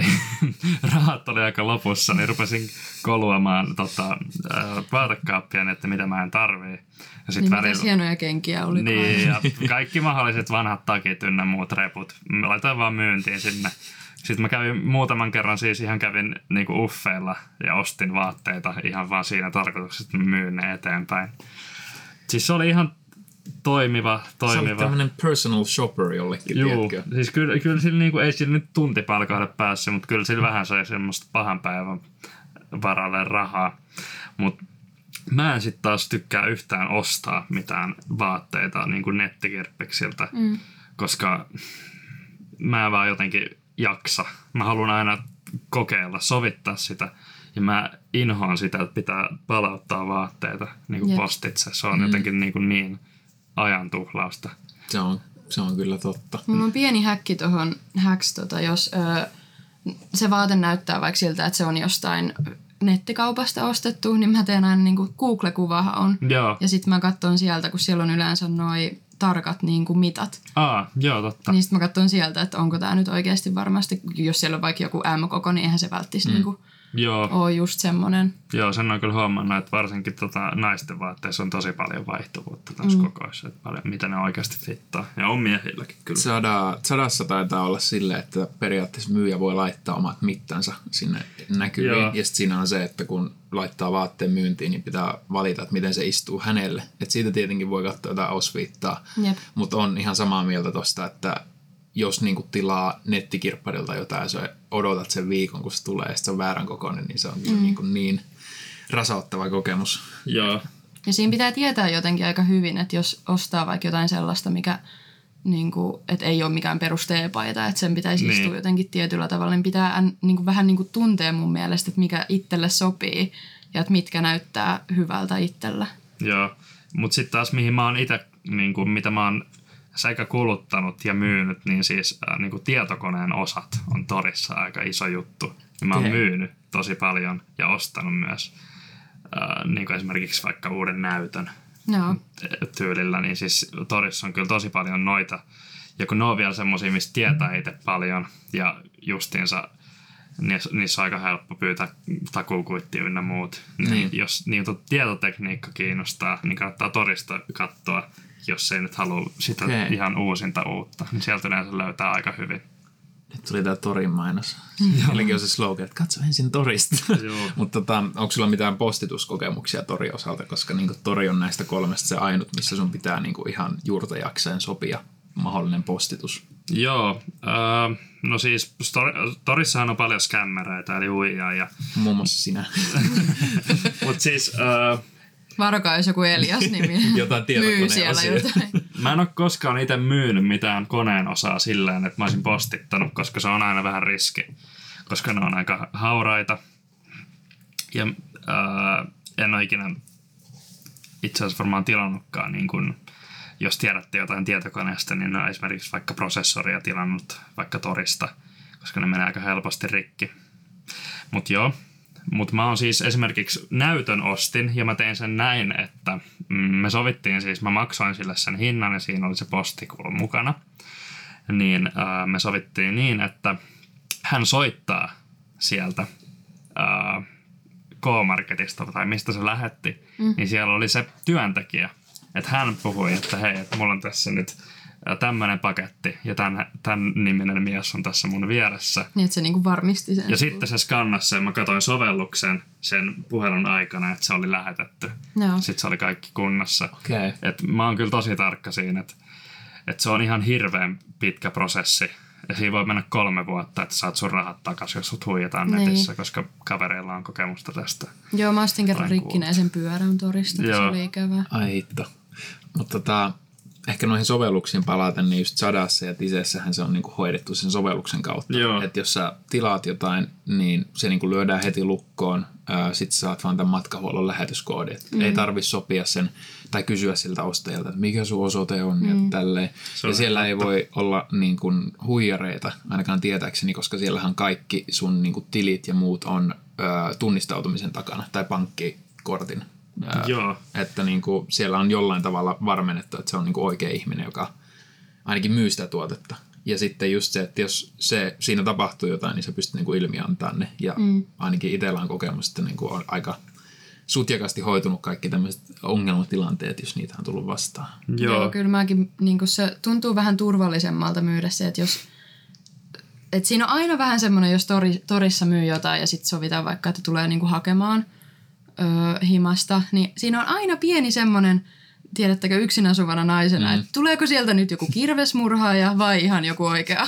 rahat oli aika lopussa, niin rupesin koluamaan tota, vaatekaappia, että mitä mä en tarvii. Ja sit
niin
välillä,
mitäs hienoja kenkiä oli.
niin, ja kaikki mahdolliset vanhat takit ynnä muut reput. Mä laitoin vaan myyntiin sinne. Sitten mä kävin muutaman kerran siis ihan kävin niinku uffeilla ja ostin vaatteita ihan vaan siinä tarkoituksessa, että mä myyn ne eteenpäin. Siis se oli ihan toimiva, toimiva.
Sä olit tämmönen personal shopper jollekin,
Juu,
tiedätkö?
siis kyllä, kyllä sillä niinku, ei sillä nyt tuntipalkalle päässyt, mutta kyllä sillä vähän sai semmoista pahan päivän varalle rahaa. Mutta mä en sit taas tykkää yhtään ostaa mitään vaatteita niinku nettikirppiksiltä, mm. koska mä en vaan jotenkin jaksa. Mä haluan aina kokeilla, sovittaa sitä. Ja mä inhoan sitä, että pitää palauttaa vaatteita niin kuin postitse. Se on mm. jotenkin niin, kuin niin ajantuhlausta.
Se on, se on kyllä totta.
Mulla on pieni häkki tuohon häks, tota, jos ö, se vaate näyttää vaikka siltä, että se on jostain nettikaupasta ostettu, niin mä teen aina niin kuin Google-kuvahan on.
Joo.
Ja sitten mä katson sieltä, kun siellä on yleensä noi tarkat niin kuin mitat.
Aa, joo, totta.
Niin sitten mä katson sieltä, että onko tämä nyt oikeasti varmasti, jos siellä on vaikka joku M-koko, niin eihän se välttis mm. niin kuin
Joo.
ole just semmoinen.
Joo, sen on kyllä huomannut, että varsinkin tota, naisten vaatteissa on tosi paljon vaihtuvuutta tässä mm. kokoissa. Että paljon, mitä ne oikeasti fittaa. Ja on miehilläkin kyllä.
Sada, sadassa taitaa olla silleen, että periaatteessa myyjä voi laittaa omat mittansa sinne näkyviin. Joo. Ja sitten siinä on se, että kun laittaa vaatteen myyntiin, niin pitää valita, että miten se istuu hänelle. Että siitä tietenkin voi katsoa jotain osviittaa. Mutta on ihan samaa mieltä tosta, että jos niinku tilaa nettikirpparilta jotain ja sä odotat sen viikon, kun se tulee ja se on väärän kokoinen, niin se on mm. niinku niin rasauttava kokemus.
Joo.
Ja siinä pitää tietää jotenkin aika hyvin, että jos ostaa vaikka jotain sellaista, mikä niinku, et ei ole mikään perusteepaita, että sen pitäisi niin. istua jotenkin tietyllä tavalla, niin pitää niinku, vähän niinku tuntea mun mielestä, että mikä itselle sopii ja että mitkä näyttää hyvältä itsellä.
Joo, mutta sitten taas mihin mä oon itse, niinku, mitä mä oon sekä kuluttanut ja myynyt, niin siis äh, niin kuin tietokoneen osat on torissa aika iso juttu. Ja mä oon okay. myynyt tosi paljon ja ostanut myös äh, niin kuin esimerkiksi vaikka uuden näytön
no.
tyylillä, niin siis torissa on kyllä tosi paljon noita. Ja kun ne on vielä semmosia, mistä tietää itse paljon ja justiinsa niissä on aika helppo pyytää takuukuittia ynnä muut. Niin. Niin jos niin tietotekniikka kiinnostaa, niin kannattaa torista katsoa. Jos ei nyt halua sitä okay. ihan uusinta uutta, niin sieltä yleensä löytää aika hyvin.
Nyt tuli tää Torin mainos. Jälleen on se slogan, että katso ensin Torista. Mutta tota, onko sulla mitään postituskokemuksia Torin osalta? Koska niinku Tori on näistä kolmesta se ainut, missä sun pitää niinku ihan juurta jaksain sopia mahdollinen postitus.
Joo. Äh, no siis Torissahan on paljon skämmäreitä, eli huijaa. Ja...
Muun muassa sinä.
Mutta siis... Äh,
Varokaa, jos joku Elias-nimi
jotain
myy siellä jotain.
Mä en ole koskaan itse myynyt mitään koneen osaa silleen, että mä olisin postittanut, koska se on aina vähän riski. Koska ne on aika hauraita. Ja ää, en ole ikinä itse asiassa varmaan tilannutkaan, niin kun, jos tiedätte jotain tietokoneesta, niin on esimerkiksi vaikka prosessoria tilannut vaikka Torista, koska ne menee aika helposti rikki. Mut joo. Mutta mä oon siis esimerkiksi näytön ostin ja mä tein sen näin, että mm, me sovittiin siis, mä maksoin sille sen hinnan ja siinä oli se postikulu mukana. Niin äh, me sovittiin niin, että hän soittaa sieltä äh, K-Marketista tai mistä se lähetti, mm. niin siellä oli se työntekijä. Että hän puhui, että hei, että mulla on tässä nyt tämmöinen paketti ja tämän, tämän niminen mies on tässä mun vieressä.
Niin, että se niinku varmisti sen.
Ja sitten se skannasi sen, mä katsoin sovelluksen sen puhelun aikana, että se oli lähetetty.
No.
Sitten se oli kaikki kunnossa.
Okay.
Et mä oon kyllä tosi tarkka siinä, että, että se on ihan hirveän pitkä prosessi. Ja siinä voi mennä kolme vuotta, että saat sun rahat takaisin, jos sut huijataan niin. netissä, koska kavereilla on kokemusta tästä.
Joo, mä ostin kerran rikkinäisen pyörän Torista, se oli ikävää.
Ai hitto. Mutta tota... Ehkä noihin sovelluksiin palaten, niin just Sadassa ja Tisessähän se on niinku hoidettu sen sovelluksen kautta. Että jos sä tilaat jotain, niin se niinku lyödään heti lukkoon. Sitten saat vaan tämän matkahuollon lähetyskoodin. Mm. Ei tarvitse sopia sen tai kysyä siltä ostajalta, että mikä sun osoite on mm. ja tälleen. Ja siellä totta. Ei voi olla niin kuin huijareita, ainakaan tietääkseni, koska siellähän kaikki sun niin kuin tilit ja muut on ö, tunnistautumisen takana tai pankkikortin.
Joo.
Että niinku siellä on jollain tavalla varmennettu, että se on niinku oikea ihminen, joka ainakin myy sitä tuotetta. Ja sitten just se, että jos se, siinä tapahtuu jotain, niin sä pystyt niinku ilmiantamaan ne. Ja
Mm.
ainakin itsellä on kokemus, että niinku on aika sutjakasti hoitunut kaikki tämmöiset ongelmatilanteet, jos niitä on tullut vastaan.
Joo, Joo kyllä mäkin, niin se tuntuu vähän turvallisemmalta myydä se, että jos et siinä on aina vähän semmoinen, jos tori, torissa myy jotain ja sitten sovitaan vaikka, että tulee niinku hakemaan öö, himasta, niin siinä on aina pieni semmoinen, tiedättekö yksin asuvana naisena, mm. että tuleeko sieltä nyt joku kirvesmurhaaja vai ihan joku oikea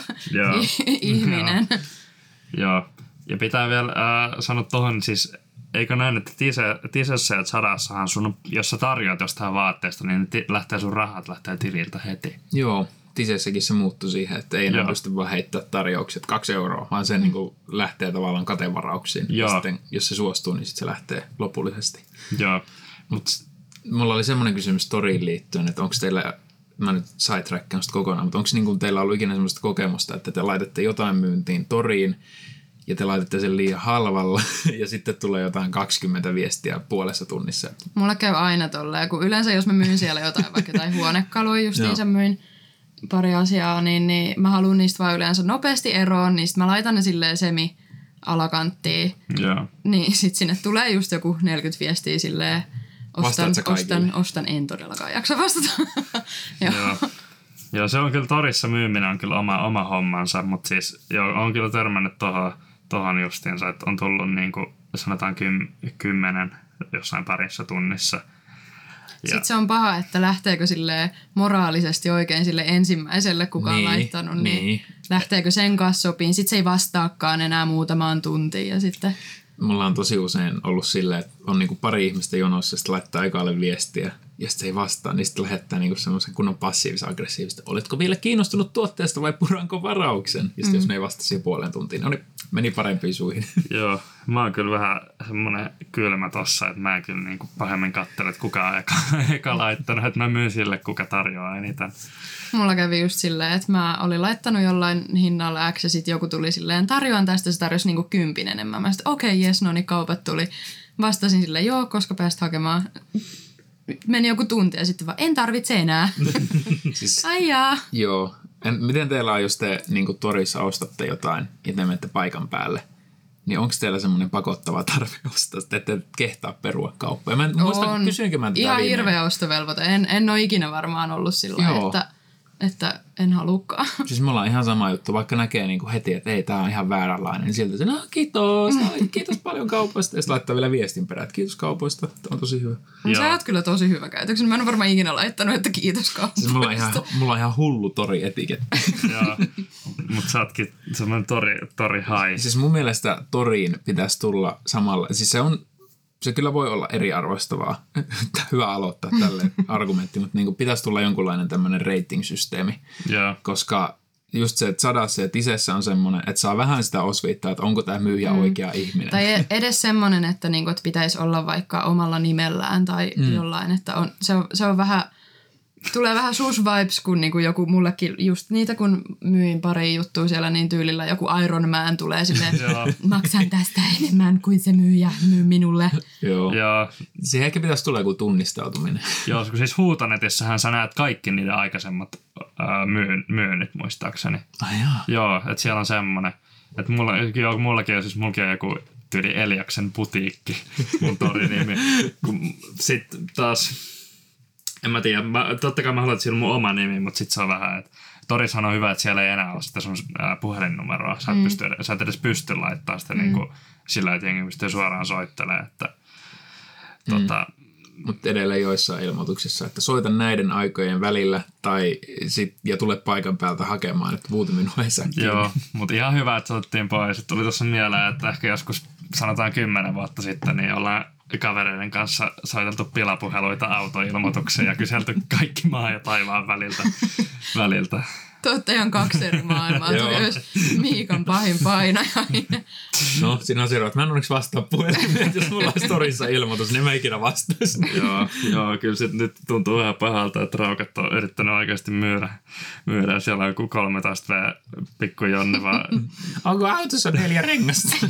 ihminen.
Joo. Joo, ja pitää vielä äh, sanoa tuohon siis, eikö näin, että tise, tisessä ja sadassahan sun, jos sä tarjoat jostain vaatteesta, niin ti, lähtee sun rahat lähtee tililtä heti.
Joo, tisessäkin se muuttui siihen, että ei enää Joo. pysty vaan heittämään tarjoukset kaksi euroa, vaan se mm. niin kuin lähtee tavallaan katevarauksiin. Joo. Ja sitten, jos se suostuu, niin sitten se lähtee lopullisesti.
Joo.
Mut mulla oli semmoinen kysymys toriin liittyen, että onko teillä, mä nyt sidetrackaan sitä kokonaan, mutta onko niin kuin teillä ollut ikinä semmoista kokemusta, että te laitatte jotain myyntiin toriin ja te laitatte sen liian halvalla ja sitten tulee jotain kaksikymmentä viestiä puolessa tunnissa?
Mulla käy aina tolleen, kun yleensä jos mä myyn siellä jotain, vaikka jotain huonekaluja justiinsa myin pari asiaa, niin, niin mä haluan niistä vaan yleensä nopeasti eroon, niin sit mä laitan ne silleen semi alakanttiin.
Yeah.
Niin sit sinne tulee just joku neljäkymmentä viestiä silleen, ostan, ostan, ostan, en todellakaan jaksa vastata. Joo.
Joo. Joo, se on kyllä torissa myyminen on kyllä oma, oma hommansa, mutta siis joo, on kyllä törmännyt tohon, tohon justiinsa, että on tullut niin kuin sanotaan kym, kymmenen jossain parissa tunnissa. Ja
sitten se on paha, että lähteekö sille moraalisesti oikein sille ensimmäiselle, kuka on
niin,
laittanut, niin,
niin
lähteekö sen kanssa sopiin. Sitten se ei vastaakaan enää muutamaan tuntiin ja sitten
mulla on tosi usein ollut silleen, että on niinku pari ihmistä jonossa, sitten laittaa ekaalle viestiä, ja sitten se ei vastaa, niin sitten lähettää niinku semmoisen kunnon passiivis-aggressiivista. Oletko vielä kiinnostunut tuotteesta vai puranko varauksen? Ja sitten mm. jos ne ei vasta siihen puoleen tuntiin, niin meni parempiin suihin.
Joo, mä oon kyllä vähän semmoinen kylmä tossa, että mä en kyllä niinku pahemmin katsele, että kuka on eka, eka laittanut, että mä myyn sille, kuka tarjoaa eniten.
Mulla kävi just silleen, että mä olin laittanut jollain hinnalla X ja sitten joku tuli silleen, tarjoan tästä, se tarjosi niinku kympin enemmän. Mä sitten okei, okay, jes, no niin kaupat tuli. Vastasin silleen, joo, koska pääsit hakemaan. Meni joku tunti ja sitten vaan, en tarvitse enää. Siis, ai jaa.
Joo. En, miten teillä on, jos te niin kuin torissa ostatte jotain ja te menette paikan päälle, niin onko teillä semmoinen pakottava tarve ostaa, että ette kehtaa perua kauppaa? Mä en muista, kysyinkö mä tätä
ihan
viimein?
Hirveä ostovelvoite. En, en ole ikinä varmaan ollut sillä että, että en halukkaan.
Siis me ollaan ihan sama juttu, vaikka näkee niin kuin heti, että ei, tää on ihan vääränlainen, niin siltä se, no kiitos, no, kiitos paljon kaupoista. Ja sitten laittaa vielä viestin perään, että kiitos kaupoista, on tosi hyvä.
No, sä oot kyllä tosi hyvä käytöksen. Mä en ole varmaan ikinä laittanut, että kiitos kaupoista.
Siis mulla on ihan, mulla on ihan hullu tori-etiketti.
Joo, mutta sä ootkin semmoinen tori, tori high.
Siis mun mielestä toriin pitäisi tulla samalla, siis se on, se kyllä voi olla eriarvoistavaa. Hyvä aloittaa tälle argumentti, mutta niin kuin pitäisi tulla jonkunlainen tämmöinen rating-systeemi.
Yeah.
Koska just se, että sadassa ja tisessä on semmoinen, että saa vähän sitä osviittaa, että onko tämä myyjä mm. oikea ihminen.
Tai edes semmoinen, että, niinku, että pitäisi olla vaikka omalla nimellään tai mm. jollain. Että on, se, on, se on vähän, tulee vähän sus-vibes, kun niinku joku mullekin just niitä, kun myin pari juttua siellä niin tyylillä, joku Iron Man tulee silleen, maksan tästä enemmän kuin se myyjä myy minulle.
Joo. Ja siihen ehkä pitäisi tulla joku tunnistautuminen.
Joo, kun siis Huutonetissähän sä näet kaikki niiden aikaisemmat ää, myyn, myynnit muistaakseni.
Ai jaa.
Joo, että siellä on semmoinen. Että mulla, joo, mullakin on siis mullakin on joku tyyli Eliaksen putiikki, mun torinimi. Sitten taas en mä tiedä, mä, totta kai mä haluan, että siellä on mun oma nimi, mutta sit se on vähän, että Torissahan on hyvä, että siellä ei enää ole sitä sun ää, puhelinnumeroa. Sä et, mm. pysty, sä et edes pysty laittaa sitä mm. niin kuin, sillä, että jengi pystyy suoraan soittelemaan. Että, mm. tota,
mutta edelleen joissain ilmoituksissa, että soita näiden aikojen välillä tai sit, ja tule paikan päältä hakemaan, että vuuti minua ei saa kiinni.
Joo, mutta ihan hyvä, että se otettiin pois. Tuli tuossa mieleen, että ehkä joskus sanotaan kymmenen vuotta sitten, niin ollaan kavereiden kanssa soiteltu pilapuheluita autoilmoituksia ja kyselty kaikki maa ja taivaan väliltä. väliltä.
Te olette ihan kaksi eri maailmaa. Tuli myös Miikan pahin painaja.
No, siinä on se, että mä en onneksi vastaa puhelimeen, jos mulla olisi torissa ilmoitus, niin mä ikinä vastaisin.
joo, joo, kyllä se nyt tuntuu vähän pahalta, että Raukat on yrittänyt oikeasti myydä. myydä. Siellä on joku kolmetoista vuotias pikku Jonne vaan.
Onko autossa neljä rengasta?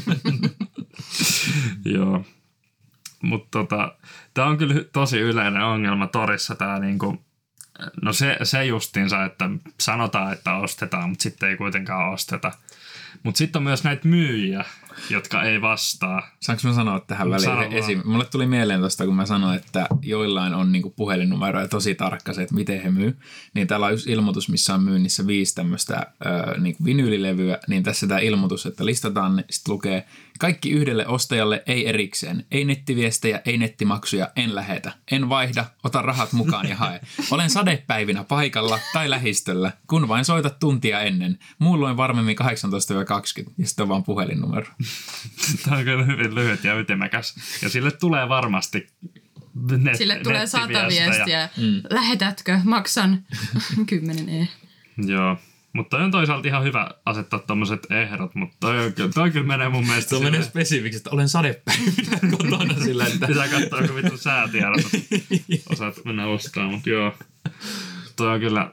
Joo. Mutta tota, tämä on kyllä tosi yleinen ongelma torissa, tämä niinku, No se, se justiinsa, että sanotaan, että ostetaan, mutta sitten ei kuitenkaan osteta. Mutta sitten on myös näitä myyjiä, jotka ei vastaa.
Saanko mä sanoa tähän väliin esim. Mulle tuli mieleen tosta, kun mä sanoin, että joillain on niinku puhelinnumero ja tosi tarkka se, että miten he myy. Niin täällä on yksi ilmoitus, missä on myynnissä viisi tämmöistä äh, niinku vinyylilevyä. Niin tässä tämä ilmoitus, että listataan ne, sitten lukee kaikki yhdelle ostajalle, ei erikseen. Ei nettiviestejä, ei nettimaksuja, en lähetä. En vaihda, ota rahat mukaan ja hae. Olen sadepäivinä paikalla tai lähistöllä, kun vain soitat tuntia ennen. Muulloin varmemmin kahdeksantoista kaksikymmentä ja sitten on vaan puhelinnumero.
Tämä on kyllä hyvin lyhyt ja ytimekäs. Ja sille tulee varmasti net,
Sille tulee sata viestiä. Mm. Lähetätkö? Maksan kymmenen e.
Joo. Mutta on toisaalta ihan hyvä asettaa tommoset ehdot, mutta toi, toi kyllä menee mun mielestä...
Se menee spesifiksi, että olen sadepäivinä kotona sillä, että...
Pitää katsoa, onko vittu säätiedot, osaat mennä ostamaan, mutta joo. Toi on kyllä...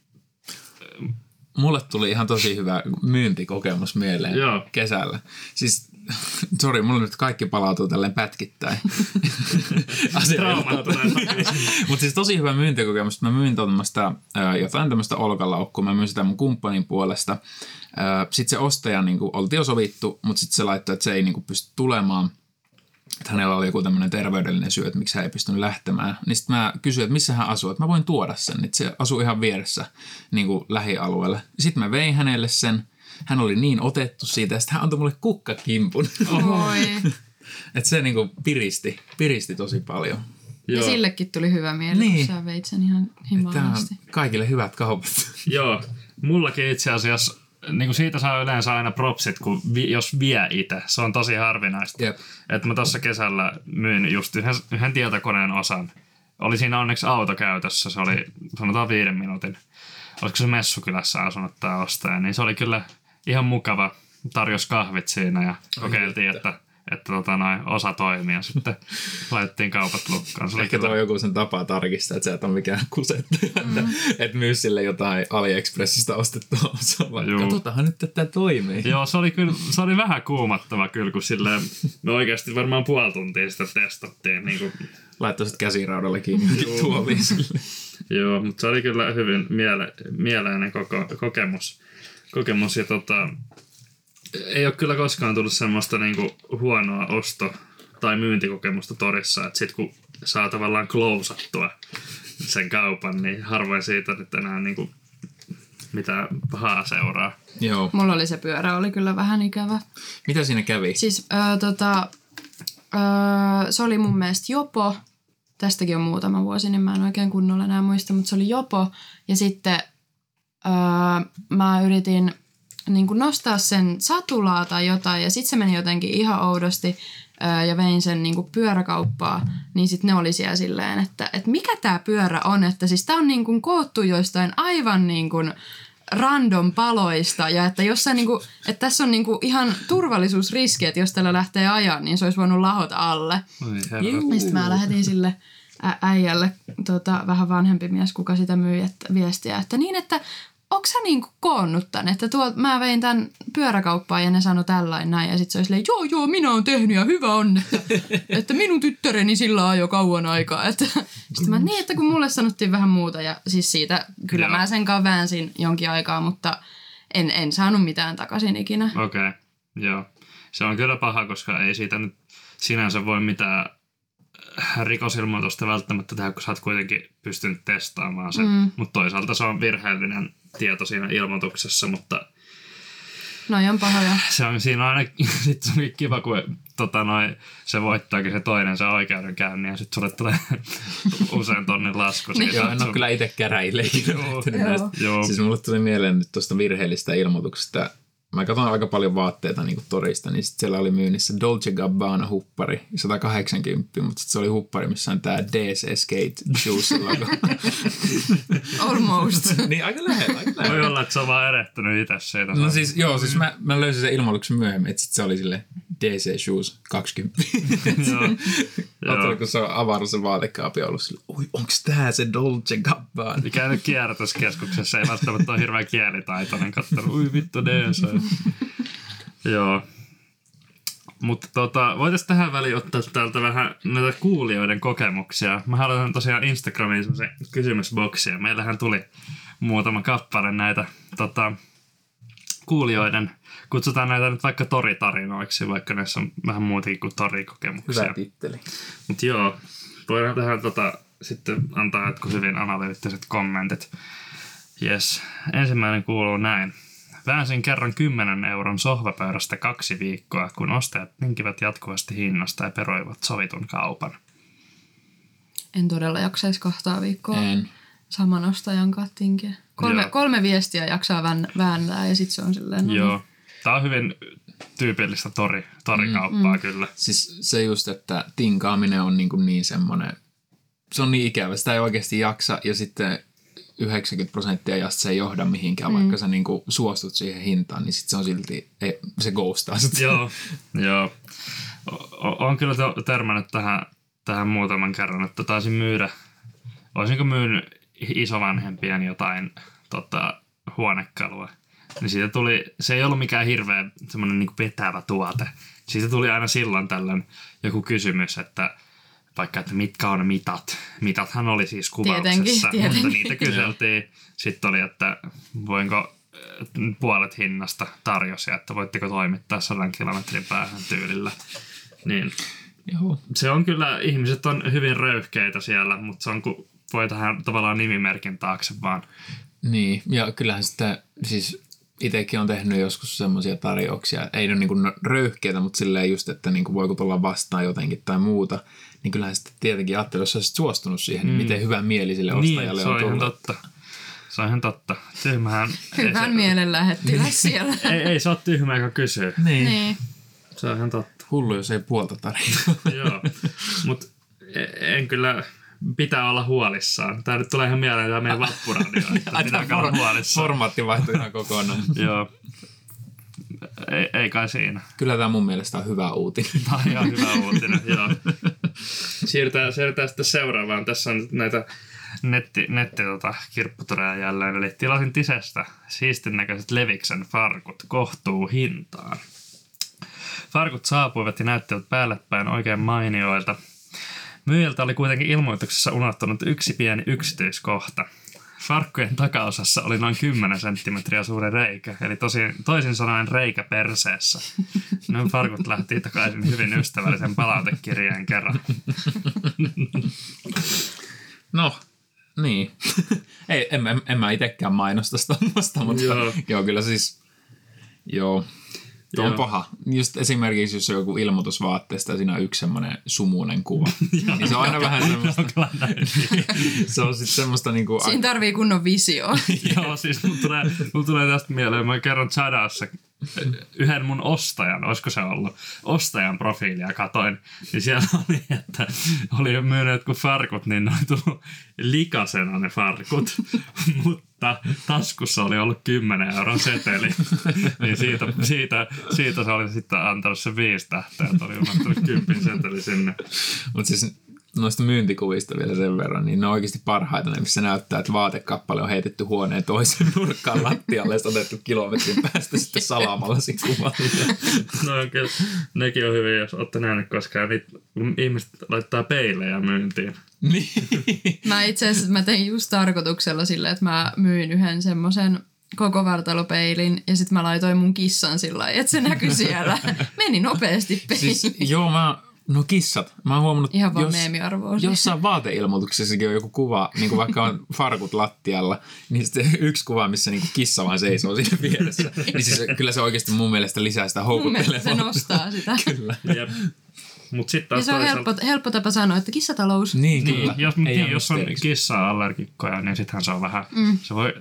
Mulle tuli ihan tosi hyvä myyntikokemus mieleen Joo. kesällä. Siis, sori, mulla nyt kaikki palautuu tälleen pätkittäin. Mutta siis tosi hyvä myyntikokemus. Mä myin tuommoista jotain tämmöistä olkalaukkua. Mä myin sitä mun kumppanin puolesta. Sitten se ostaja, niin kuin, oltiin jo sovittu, mutta sitten se laittoi, että se ei niin kuin, pysty tulemaan. Että hänellä oli joku tämmöinen terveydellinen syy, että miksi hän ei pystynyt lähtemään. Niin sitten mä kysyin, että missä hän asuu, että mä voin tuoda sen. Että se asuu ihan vieressä niin kuin lähialueella. Sitten mä vein hänelle sen. Hän oli niin otettu siitä ja sitten hän antoi mulle kukkakimpun.
Oi.
Että se niin kuin piristi, piristi tosi paljon.
Joo. Ja sillekin tuli hyvä mieli, niin. Kun sä veit sen ihan himaisesti.
Kaikille hyvät kaupat.
Joo, mullakin itse asiassa... Niin kuin siitä saa yleensä aina propsit, kun vi, jos vie itse. Se on tosi harvinaista. Yep. Että mä tuossa kesällä myin just yhden, yhden tietokoneen osan. Oli siinä onneksi auto käytössä. Se oli sanotaan viiden minuutin. Olisiko se Messukylässä asunut tämä ostaja. Niin se oli kyllä ihan mukava. Tarjosi kahvit siinä ja kokeiltiin, että, että tota noin, osa toimii. Ja sitten laitettiin kaupat lukkaan.
Ehkä kyllä... tuo on joku sen tapa tarkistaa, että sä et ole mikään kusettaja. Mm. Että et myy sille jotain AliExpressistä ostettua osaa. Katsotaanhan nyt, että tämä toimii.
Joo, se oli, kyllä, se oli vähän kuumattava kyllä, kun silleen, me oikeasti varmaan puoli tuntia sitä testattiin. Niin kuin...
Laittoi sitten käsiraudalla kiinni tuoliin sille.
Joo, mutta se oli kyllä hyvin miele, mieleinen koko, kokemus. kokemus ja tota... Ei ole kyllä koskaan tullut semmoista niinku huonoa osto- tai myyntikokemusta torissa, että sit kun saa tavallaan klousattua sen kaupan, niin harvoin siitä nyt enää niinku mitään pahaa seuraa.
Joo.
Mulla oli se pyörä, oli kyllä vähän ikävä.
Mitä siinä kävi?
Siis äh, tota, äh, se oli mun mielestä jopo. Tästäkin on muutama vuosi, niin mä en oikein kunnolla enää muista, mutta se oli jopo. Ja sitten äh, mä yritin... niin kuin nostaa sen satulaa tai jotain, ja sitten se meni jotenkin ihan oudosti, ää, ja vein sen niin kuin pyöräkauppaa, niin sitten ne oli siellä silleen, että, että mikä tämä pyörä on, että siis tämä on niin kuin koottu joistain aivan niin kuin random paloista, ja että jossain niin kuin, että tässä on niin kuin ihan turvallisuusriski, että jos tällä lähtee ajaa, niin se olisi voinut lahota alle. Ja sitten mä lähetin sille ä- äijälle tota, vähän vanhempi mies, kuka sitä myi, että, viestiä, että niin, että onko sä niinku koonnut tän, että tuo, mä vein tän pyöräkauppaan ja ne sanoi tällainen näin. Ja sit se oli silleen, joo joo, minä oon tehnyt ja hyvä on, että, että minun tyttäreni sillä ajoi kauan aikaa. Että, sitten mä niin, että kun mulle sanottiin vähän muuta ja siis siitä kyllä joo. Mä sen kanssa väänsin jonkin aikaa, mutta en, en saanut mitään takaisin ikinä.
Okei, okay. Joo. Se on kyllä paha, koska ei siitä nyt sinänsä voi mitään rikosilmoitusta välttämättä tehdä, kun sä oot kuitenkin pystynyt testaamaan sen. Mm. Mutta toisaalta se on virheellinen tieto siinä ilmoituksessa, mutta...
Noi on pahoja.
Se on, siinä on aina sit se on kiva, kun tota, noi, se voittaakin se toinen se oikeudenkäynnin ja sitten sulle tulee usein tonnin lasku.
Niin. Joo, en ole kyllä itse käräjillekin. Siis mulle tuli mieleen nyt tuosta virheellistä ilmoituksesta. Mä katson aika paljon vaatteita niin kuin torista, niin sitten siellä oli myynnissä Dolce Gabbana huppari, sata kahdeksankymmentä, mutta sitten se oli huppari, missä on tää D C Skate Shoes logo.
Almost.
Niin, aika lähellä, aika lähellä.
Voi olla, että se on vaan erehtynyt itse siitä.
No siis, joo, siis mä, mä löysin sen ilmoituksen myöhemmin, että sit se oli sille D C Shoes kaksikymmentä. Joo. Kun se on avannut sen vaatekaapi ollut sille, oi, onks tää se Dolce Gabbana?
Käynyt kierrätyskeskuksessa, ei välttämättä ole hirveän kielitaitoinen katsonut, ui vittu D C. Joo. Mutta tota, voitaisiin tähän väliin ottaa täältä vähän näitä kuulijoiden kokemuksia. Mä haluan tosiaan Instagramiin semmoisen kysymysboksia. Meillähän tuli muutama kappale näitä tota, kuulijoiden, kutsutaan näitä nyt vaikka toritarinoiksi, vaikka näissä on vähän muutakin kuin torikokemuksia.
Hyvä titteli.
Mutta joo, voidaan tähän tota, sitten antaa jotkut hyvin analyyttiset kommentit. Jes, ensimmäinen kuuluu näin. Väänsin kerran kymmenen euron sohvapöydästä kaksi viikkoa, kun ostajat tinkivät jatkuvasti hinnasta ja peroivat sovitun kaupan.
En todella jaksaisi kahtaa viikkoa
En.
saman ostajan kanssa tinkiä. Kolme, kolme viestiä jaksaa vään, vääntää ja sitten se on silleen... No
Joo. Tämä on hyvin tyypillistä tori, torikauppaa mm, kyllä.
Siis se just, että tinkaaminen on niin, niin semmoinen, se on niin ikävä, sitä ei oikeasti jaksa ja sitten yhdeksänkymmentä prosenttia ja se ei johda mihinkään, mm. vaikka sä niin kuin suostut siihen hintaan, niin sitten se on silti, ei, se ghostaa sitä.
Joo, joo. O- on kyllä to- törmännyt tähän, tähän muutaman kerran, että taisin myydä, olisinko myynyt isovanhempien jotain tota, huonekalua. Niin siitä tuli, se ei ollut mikään hirveän semmoinen niin kuin vetävä tuote. Siitä tuli aina silloin tällöin joku kysymys, että vaikka, että mitkä on mitat. Mitathan oli siis kuvauksessa,
tietenkin, tietenkin.
mutta niitä kyseltiin. Sitten oli, että voinko puolet hinnasta tarjosi, että voitteko toimittaa sadan kilometrin päähän tyylillä. Niin
Joo.
se on kyllä, ihmiset on hyvin röyhkeitä siellä, mutta se on, kun voi tähän tavallaan nimimerkin taakse vaan.
Niin, ja kyllähän sitä, siis itsekin on tehnyt joskus semmoisia tarjouksia, ei ole niin kuin röyhkeitä, mutta silleen just, että niin kuin voiko tulla vastaan jotenkin tai muuta, niin kyllähän sitten tietenkin ajattelin, jos olisit suostunut siihen, niin mm. miten hyvän mieli sille ostajalle
niin,
on tullut.
Niin, se on ihan totta. Se on ihan totta. Tyhmähän...
Hyvän mielen lähettiläs siellä.
ei, ei se ole tyhmä, joka kysyy.
Niin.
niin.
Se on ihan totta.
Hullu, jos ei puolta tarjoa.
Joo, mutta en kyllä... Pitää olla huolissaan. Tää nyt tulee ihan mieleen tämä meidän vappuradio, että pitää olla huolissaan.
Formaatti vaihtui ihan kokonaan.
Joo. Ei, ei kai siinä.
Kyllä tämä mun mielestä on hyvä uutinen.
Tämä on ihan hyvä uutinen, joo. Siirrytään, siirrytään sitten seuraavaan. Tässä on näitä netti, netti tota, kirpputoreja jälleen. Eli tilasin Tisestä siistin näköiset Leviksen farkut kohtuu hintaan. Farkut saapuivat ja näyttivät päällepäin oikein mainioilta. Myyjältä oli kuitenkin ilmoituksessa unohtunut yksi pieni yksityiskohta. Farkkujen takaosassa oli noin kymmenen senttimetriä suuri reikä, eli tosin, toisin sanoen reikä perseessä. Nämä farkut lähti takaisin hyvin ystävällisen palautekirjeen kerran.
No, niin. Ei, en, en, en mä itsekään mainosta tuommoista, mutta joo. joo, kyllä siis, joo. Tuo on paha. Just esimerkiksi, jos on joku ilmoitus vaatteesta ja siinä on yksi semmoinen sumuinen kuva. niin se on aina vähän semmoista. se on sitten semmoista niinku...
Siinä tarvii kunnon visio.
Joo, siis mulla tulee, mulla tulee tästä mieleen. Mä kerron Chadassa yhden mun ostajan, olisiko se ollut, ostajan profiilia katoin. Niin siellä oli, että oli myynyt jotkut farkut, niin ne oli tullut likasena ne farkut. Mutta taskussa oli ollut kymmenen euron seteli. niin siitä, siitä, siitä se oli sitten antanut se viisi tähteä, että oli unohtanut kympin seteli sinne.
Mutta siis noista myyntikuvista vielä sen verran, niin ne on oikeasti parhaita, ne, missä näyttää, että vaatekappale on heitetty huoneen toisen nurkkaan lattialle ja otettu kilometrin päästä sitten salaamalla siinä kuvalla.
No kyllä, nekin on hyviä, jos olette nähneet koskaan. Niitä, ihmiset laittaa peilejä myyntiin.
Niin.
Mä itse asiassa mä tein just tarkoituksella silleen, että mä myin yhden semmoisen koko vartalopeilin ja sitten mä laitoin mun kissan sillä lailla, että se näkyi siellä. Meni nopeasti peiliin.
Siis, joo, mä... No kissat. Mä oon huomannut,
ihan vaan
jos,
meemiarvoa.
Jossain vaateilmoituksessakin on joku kuva, niin kuin vaikka on farkut lattialla, niin sitten yksi kuva, missä niin kuin kissa vaan seisoo siinä vieressä. Niin siis kyllä se oikeasti mun mielestä lisää sitä houkuttelevuutta.
Se nostaa sitä.
Kyllä.
Jep. Mut sit taas
ja se on
toisaalta...
helppo, helppo tapa sanoa, että kissatalous.
Niin, kyllä.
Niin, jos, niin, jos on kissa-allergikkoja, niin sittenhän se on vähän... Mm. Se voi...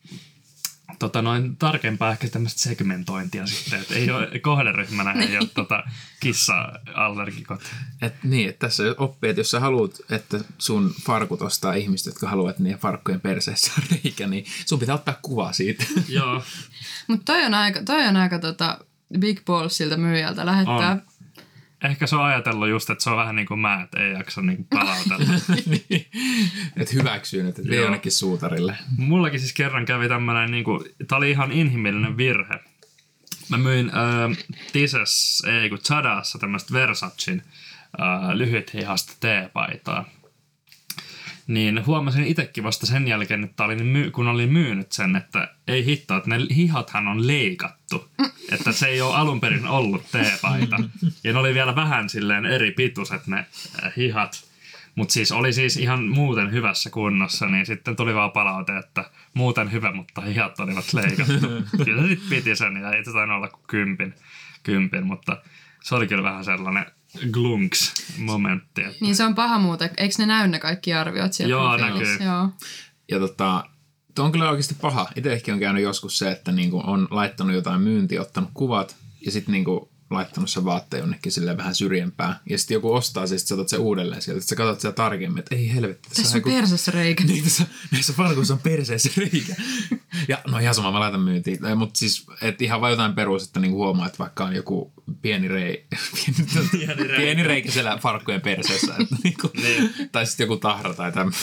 Tota noin tarkempaa ehkä tämmöistä segmentointia sitten, että ei ole kohderyhmänä, ei ole tota kissa-allergikot. Et
niin, että tässä oppii, että jos sä haluat, että sun farkut ostaa ihmiset, jotka haluaa, että niiden farkkujen perseessä on reikä, niin sun pitää ottaa kuva siitä.
Joo.
Mutta toi on aika, toi on aika tota big balls siltä myyjältä lähettää.
On. Ehkä se on ajatellut just, että se on vähän niin kuin mä, että ei jaksa niin kuin palautella.
niin. Että hyväksyy nyt, että vie jonnekin suutarille.
Mullakin siis kerran kävi tämmöinen, niin kuin, tää oli ihan inhimillinen virhe. mä myin äh, Tisessä, ei kun Chadassa tämmöistä Versacen äh, lyhythihasta teepaitaa. Niin huomasin itsekin vasta sen jälkeen, että olin myy- kun olin myynyt sen, että ei hittoa, että ne hihathan on leikattu. Että se ei ole alun perin ollut teepaita. Ja ne oli vielä vähän silleen eri pituiset ne hihat. Mutta siis oli siis ihan muuten hyvässä kunnossa, niin sitten tuli vaan palaute, että muuten hyvä, mutta hihat olivat leikattu. Kyllä se sitten piti sen ja ei se tainnut olla kuin kympin, kympin, mutta se oli kyllä vähän sellainen glunks-momentti. Että...
Niin se on paha muuten. Eikö ne näy ne kaikki arviot siellä
Joo,
profiilissa?
näkyy.
Joo.
Ja tota, tuo on kyllä oikeasti paha. Itse ehkä on käynyt joskus se, että niinku on laittanut jotain myyntiä, ottanut kuvat ja sitten niinku laittanut sen vaatteen jonnekin silleen vähän syrjempään. Ja sitten joku ostaa se, sitten sä otat sen uudelleen sieltä. Sitten sä katsot sitä tarkemmin, että ei helvetti.
Tässä on persessä reikä.
Niin, tässä, näissä farkuissa on perseessä reikä. Ja no ihan sama, mä laitan myyntiin. Mutta siis, että ihan vain jotain perus, että niinku huomaa, että vaikka on joku pieni, rei, pieni, pieni, reikä. pieni reikä siellä farkkujen perseessä. Että niinku, niin. Tai sitten joku tahra tai tämmöinen.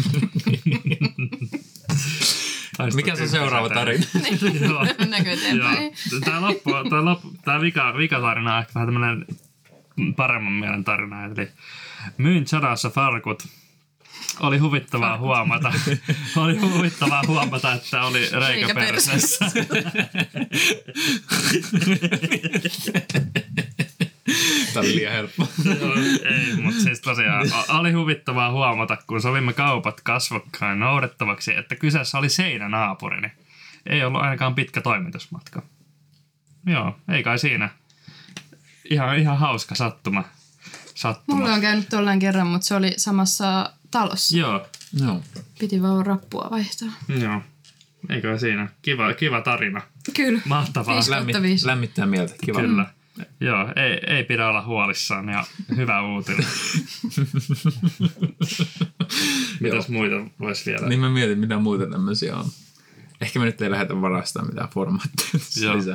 Mikä se on seuraava tarina?
Joo.
Mennäänkö eteenpäin?
Tämä, loppu, tämä, loppu, tämä vika, vikatarina on ehkä vähän tämmöinen paremman mielen tarina. Eli myin Chadassa farkut. Oli huvittavaa huomata, oli huvittavaa huomata, että oli reikä perseessä.
Tämä oli liian helppo.
Joo, ei, mutta siis tosiaan oli huvittavaa huomata, kun sovimme kaupat kasvokkain noudettavaksi, että kyseessä oli seinänaapurini. Ei ollut ainakaan pitkä toimitusmatka. Joo, ei kai siinä. Ihan, ihan hauska sattuma. sattuma.
Mulla on käynyt tolleen kerran, mutta se oli samassa talossa.
Joo.
Joo.
Piti vaan rappua vaihtaa.
Joo. Eikö siinä? Kiva, kiva tarina.
Kyllä.
Mahtavaa.
Viisi kautta
Lämmit,
viisi.
lämmittää mieltä. Kiva.
Kyllä. Joo, ei, ei pidä olla huolissaan ja hyvä uutinen. Mitäs muita vois vielä?
Niin mä mietin, mitä muita tämmöisiä on. Ehkä me nyt ei lähdetä varastamaan mitään formaatteja lisää.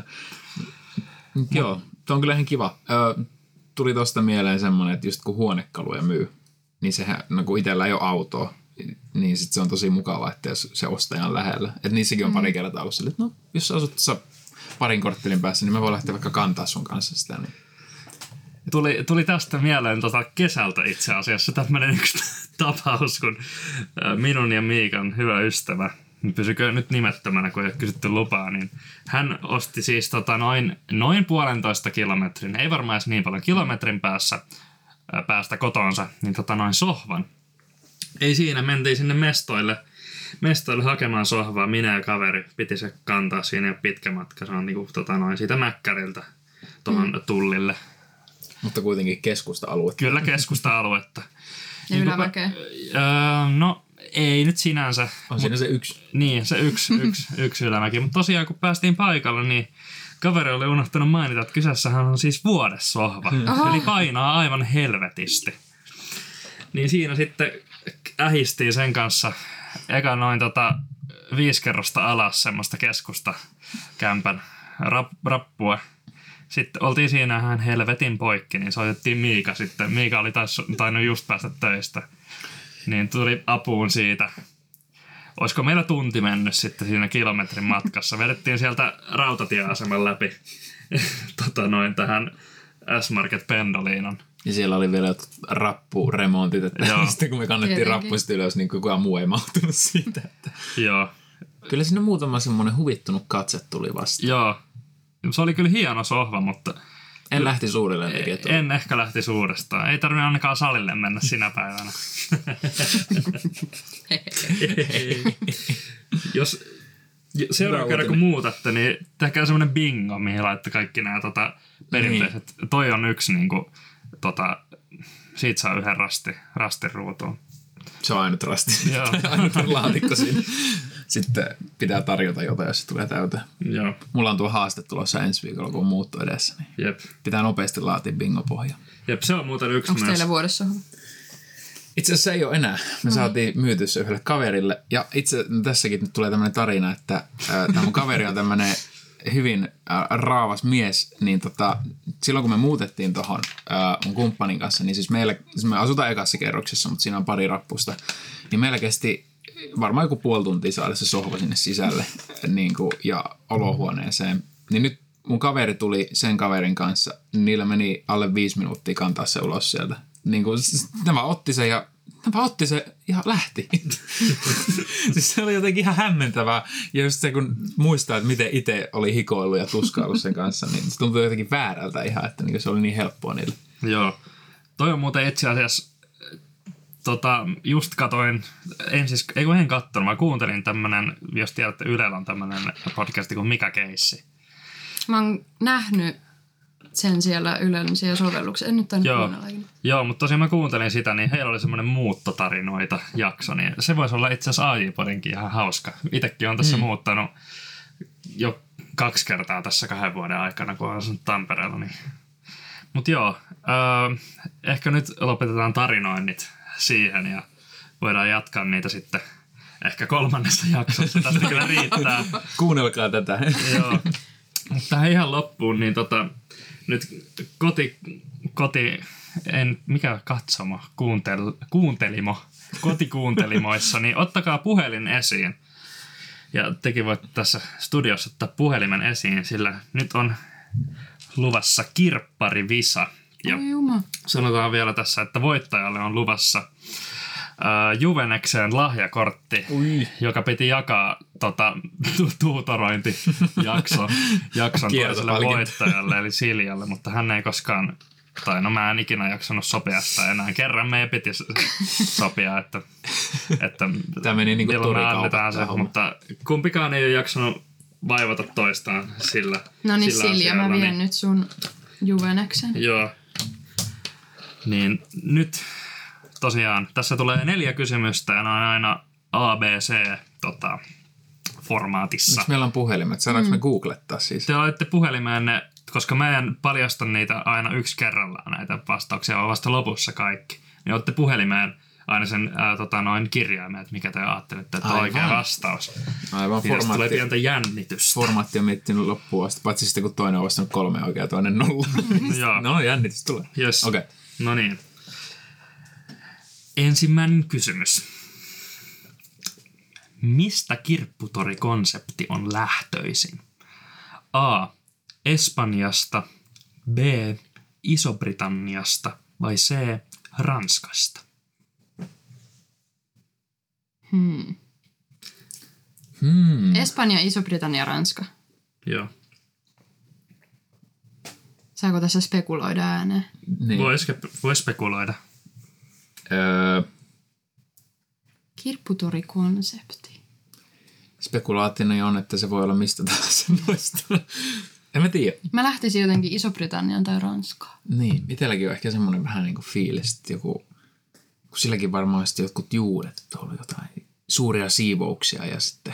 Mut joo, tuo on kyllä ihan kiva. Ö, tuli tosta mieleen semmonen, että just kun huonekaluja myy, niin sehän, no kun itsellä ei ole autoa, niin sit se on tosi mukavaa, että jos se ostaja on lähellä. Että niissäkin on pari kertaa ollut sille, että no, jos sä asut tuossa parin korttelin päässä, niin mä voin lähteä vaikka kantaa sun kanssa sitä. Niin.
Tuli, tuli tästä mieleen tota kesältä itse asiassa tämmönen yksi tapaus, kun minun ja Miikan hyvä ystävä, pysykö nyt nimettömänä, kun ei ole kysytty lupaa, niin hän osti siis tota noin, noin puolentoista kilometrin, ei varmaan edes niin paljon kilometrin päässä päästä kotonsa, niin tota noin sohvan. Ei siinä, mentiin sinne mestoille, mestoille hakemaan sohvaa, minä ja kaveri, piti se kantaa siinä, ja pitkä matka, se on niinku tota noin siitä Mäkkäriltä tuohon mm. tullille.
Mutta kuitenkin keskusta-aluetta.
Kyllä keskusta-aluetta.
Ja ylämäkeä.
Öö, no ei nyt sinänsä.
On
mut,
siinä se yksi.
Niin, se yksi, yksi, yksi ylämäki. Mutta tosiaan kun päästiin paikalle, niin kaveri oli unohtanut mainita, että kyseessähän on siis vuodessohva.
Oho.
Eli painaa aivan helvetisti. Niin siinä sitten ähistiin sen kanssa eka noin tota viisi kerrosta alas semmoista keskusta kämpän rap, rappua. Sitten oltiin siinä ihan helvetin poikki, niin soitettiin Miika sitten. Miika oli taas, tainnut just päästä töistä. Niin tuli apuun siitä. Olisiko meillä tunti mennyt sitten siinä kilometrin matkassa. Vedettiin sieltä rautatieaseman läpi tota noin tähän S-Market Pendolinon.
Ja siellä oli vielä rappuremontit, että sitten kun me kannettiin rappuista ylös, niin kukaan muu ei mahtunut siitä. Että...
Joo.
Kyllä siinä muutama semmoinen huvittunut katse tuli vasta.
Joo. Se oli kyllä hieno sohva, mutta...
En lähti suurelle tekemään.
En ehkä lähti suurestaan. Ei tarvitse ainakaan salille mennä sinä päivänä. Jos seuraava kerran kun muutatte, niin tehkää semmoinen bingo, mihin laitte kaikki nämä tota, perinteiset. Niin. Toi on yksi, niin kuin, tota, siitä saa yhden rasti, rastin ruutuun.
Se on ainut rasti. Ainut laatikko siinä. Sitten pitää tarjota jotain, jos se tulee täyteen.
Joo.
Mulla on tuo haaste tulossa ensi viikolla, kun on muutto edessä. Niin
Jep.
Pitää nopeasti laatia bingo-pohja.
Jep, se on muuten yksi
Onko
myös.
teillä vuodessohva?
Itse asiassa ei ole enää. Me saatiin myyty se yhdelle kaverille. Ja itse no tässäkin nyt tulee tämmöinen tarina, että äh, tämä mun kaveri on tämmöinen hyvin äh, raavas mies. Niin tota, silloin kun me muutettiin tohon äh, mun kumppanin kanssa, niin siis meillä, siis me asutaan ekassa kerroksessa, mutta siinä on pari rappusta. Niin meillä kesti varmaan joku puoli tuntia saada se sohva sinne sisälle niin kuin, ja olohuoneeseen. Niin nyt mun kaveri tuli sen kaverin kanssa, niin niillä meni alle viisi minuuttia kantaa se ulos sieltä. Niin kuin, ne vaan otti sen ja ne vaan otti sen ja lähti. Siis se oli jotenkin ihan hämmentävää. Ja just se, kun muistaa, että miten itse oli hikoillut ja tuskaillut sen kanssa, niin se tuntui jotenkin väärältä ihan, että niin se oli niin helppoa niille.
Joo. Toi on muuten itse asiassa, tota, just katoin, en siis, ei kun en kattonut, mä kuuntelin tämmönen, jos tiedätte, Ylellä on tämmönen podcasti kuin Mikä keissi.
Mä oon nähnyt sen siellä Ylen siellä sovelluksessa. En nyt tainnut kuunnellakin.
Joo, mutta tosiaan mä kuuntelin sitä, niin heillä oli semmoinen muuttotarinoita jakso, niin se voisi olla itse asiassa A J-podinkin ihan hauska. Itekin on tässä mm. muuttanut jo kaksi kertaa tässä kahden vuoden aikana, kun olen asunut Tampereella. Niin. Mutta joo, äh, ehkä nyt lopetetaan tarinoinnit siihen ja voidaan jatkaa niitä sitten ehkä kolmannessa jaksossa. Tästä kyllä riittää.
Kuunnelkaa tätä.
Joo. Mutta tähän ihan loppuun, niin tota, nyt koti, koti, en, mikä katsomo, kuuntel, kuuntelimo, kotikuuntelimoissa, niin ottakaa puhelin esiin. Ja tekin voitte tässä studiossa ottaa puhelimen esiin, sillä nyt on luvassa kirpparivisa. Ja sanotaan vielä tässä, että voittajalle on luvassa Uh, Juvenekseen lahjakortti, Ui. joka piti jakaa tota, tu- tuutorointijakson jakson toiselle voittajalle, eli Siljalle, mutta hän ei koskaan, tai no mä en ikinä jaksanut sopia sitä enää. Kerran meidän piti sopia, että, että
tämä meni niin kuin
torikaupat se, mutta kumpikaan ei ole jaksanut vaivata toistaan sillä
No niin
sillä
Silja,
asialla,
mä vien
niin,
nyt sun Juveneksen.
Joo. Niin nyt tosiaan, tässä tulee neljä kysymystä ja ne on aina A B C tota, formaatissa.
Miksi meillä on puhelimet? Saadaanko mm. me googlettaa siis?
Te olette puhelimeenne, koska mä en paljasta niitä aina yksi kerrallaan näitä vastauksia, vaan vasta lopussa kaikki. Niin olette puhelimeen aina sen ää, tota, noin kirjaimen, että mikä te ajattelette, että on oikea vastaus.
Aivan,
niin formaatti. Tulee pientä jännitystä.
Formaatti on miettinyt loppuun asti, paitsi sitten kun toinen on vastannut kolme oikea ja toinen nolla.
Joo.
No jännitys tulee.
Yes.
Okei. Okay.
No niin. Ensimmäinen kysymys. Mistä kirpputorikonsepti on lähtöisin? A. Espanjasta, B. Iso-Britanniasta vai C. Ranskasta?
Hmm.
Hmm.
Espanja, Iso-Britannia, Ranska.
Joo.
Saako tässä spekuloida ääneen?
Niin. Voi, voi spekuloida.
Öö,
Kirpputorikonsepti.
Spekulaattinen on, että se voi olla mistä tahansa noista. En mä tiedä.
Mä lähtisin jotenkin Iso-Britannian tai Ranskaan.
Niin, itselläkin on ehkä semmoinen vähän niin kuin fiilis, että joku, kun silläkin varmaan sitten jotkut juuret, että on jotain suuria siivouksia ja sitten,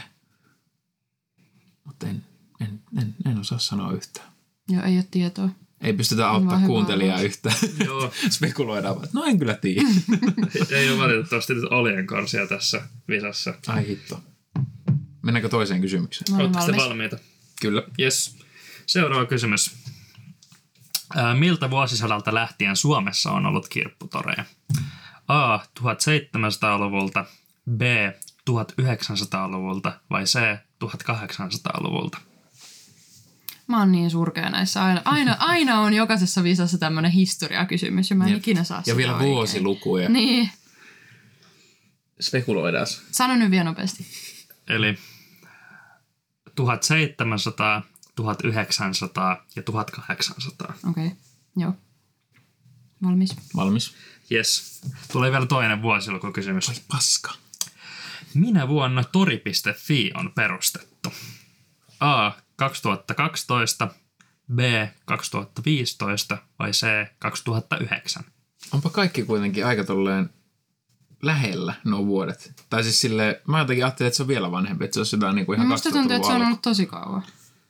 mutta en, en, en, en osaa sanoa yhtään.
Joo, ei ole tietoa.
Ei pystytä auttaa kuuntelijaa yhtään. Joo. Spekuloidaan vaan, no en kyllä tiedä.
Ei ole valitettavasti nyt oljenkorsia tässä visassa.
Ai hitto. Mennäänkö toiseen kysymykseen?
Oletteko te valmiita?
Kyllä.
Yes. Seuraava kysymys. Ää, miltä vuosisadalta lähtien Suomessa on ollut kirpputoreja? A. tuhatseitsemänsataaluvulta, B. tuhatyhdeksänsataaluvulta vai C. tuhatkahdeksansataaluvulta?
Mä oon niin surkea näissä. Aina, aina, aina on jokaisessa visassa tämmönen historiakysymys ja mä en Jep. ikinä saa
ja
sitä
vielä
oikein.
Vuosilukuja.
Niin.
Spekuloidaan.
Sano nyt vielä nopeasti.
Eli tuhatseitsemänsataa, tuhatyhdeksänsataa ja tuhatkahdeksansataa.
Okei, okay. Joo. Valmis.
Valmis.
Yes. Tulee vielä toinen vuosilukukysymys.
Oi paska.
Minä vuonna tori piste fi on perustettu? A. kaksituhattakaksitoista, B. kaksituhattaviisitoista vai C. kaksituhattayhdeksän?
Onpa kaikki kuitenkin aika tolleen lähellä nuo vuodet. Tai siis silleen, mä jotenkin ajattelin, että se on vielä vanhempi, että se olisi jotain niinku ihan
musta tuntuu, että se on ollut tosi kauan.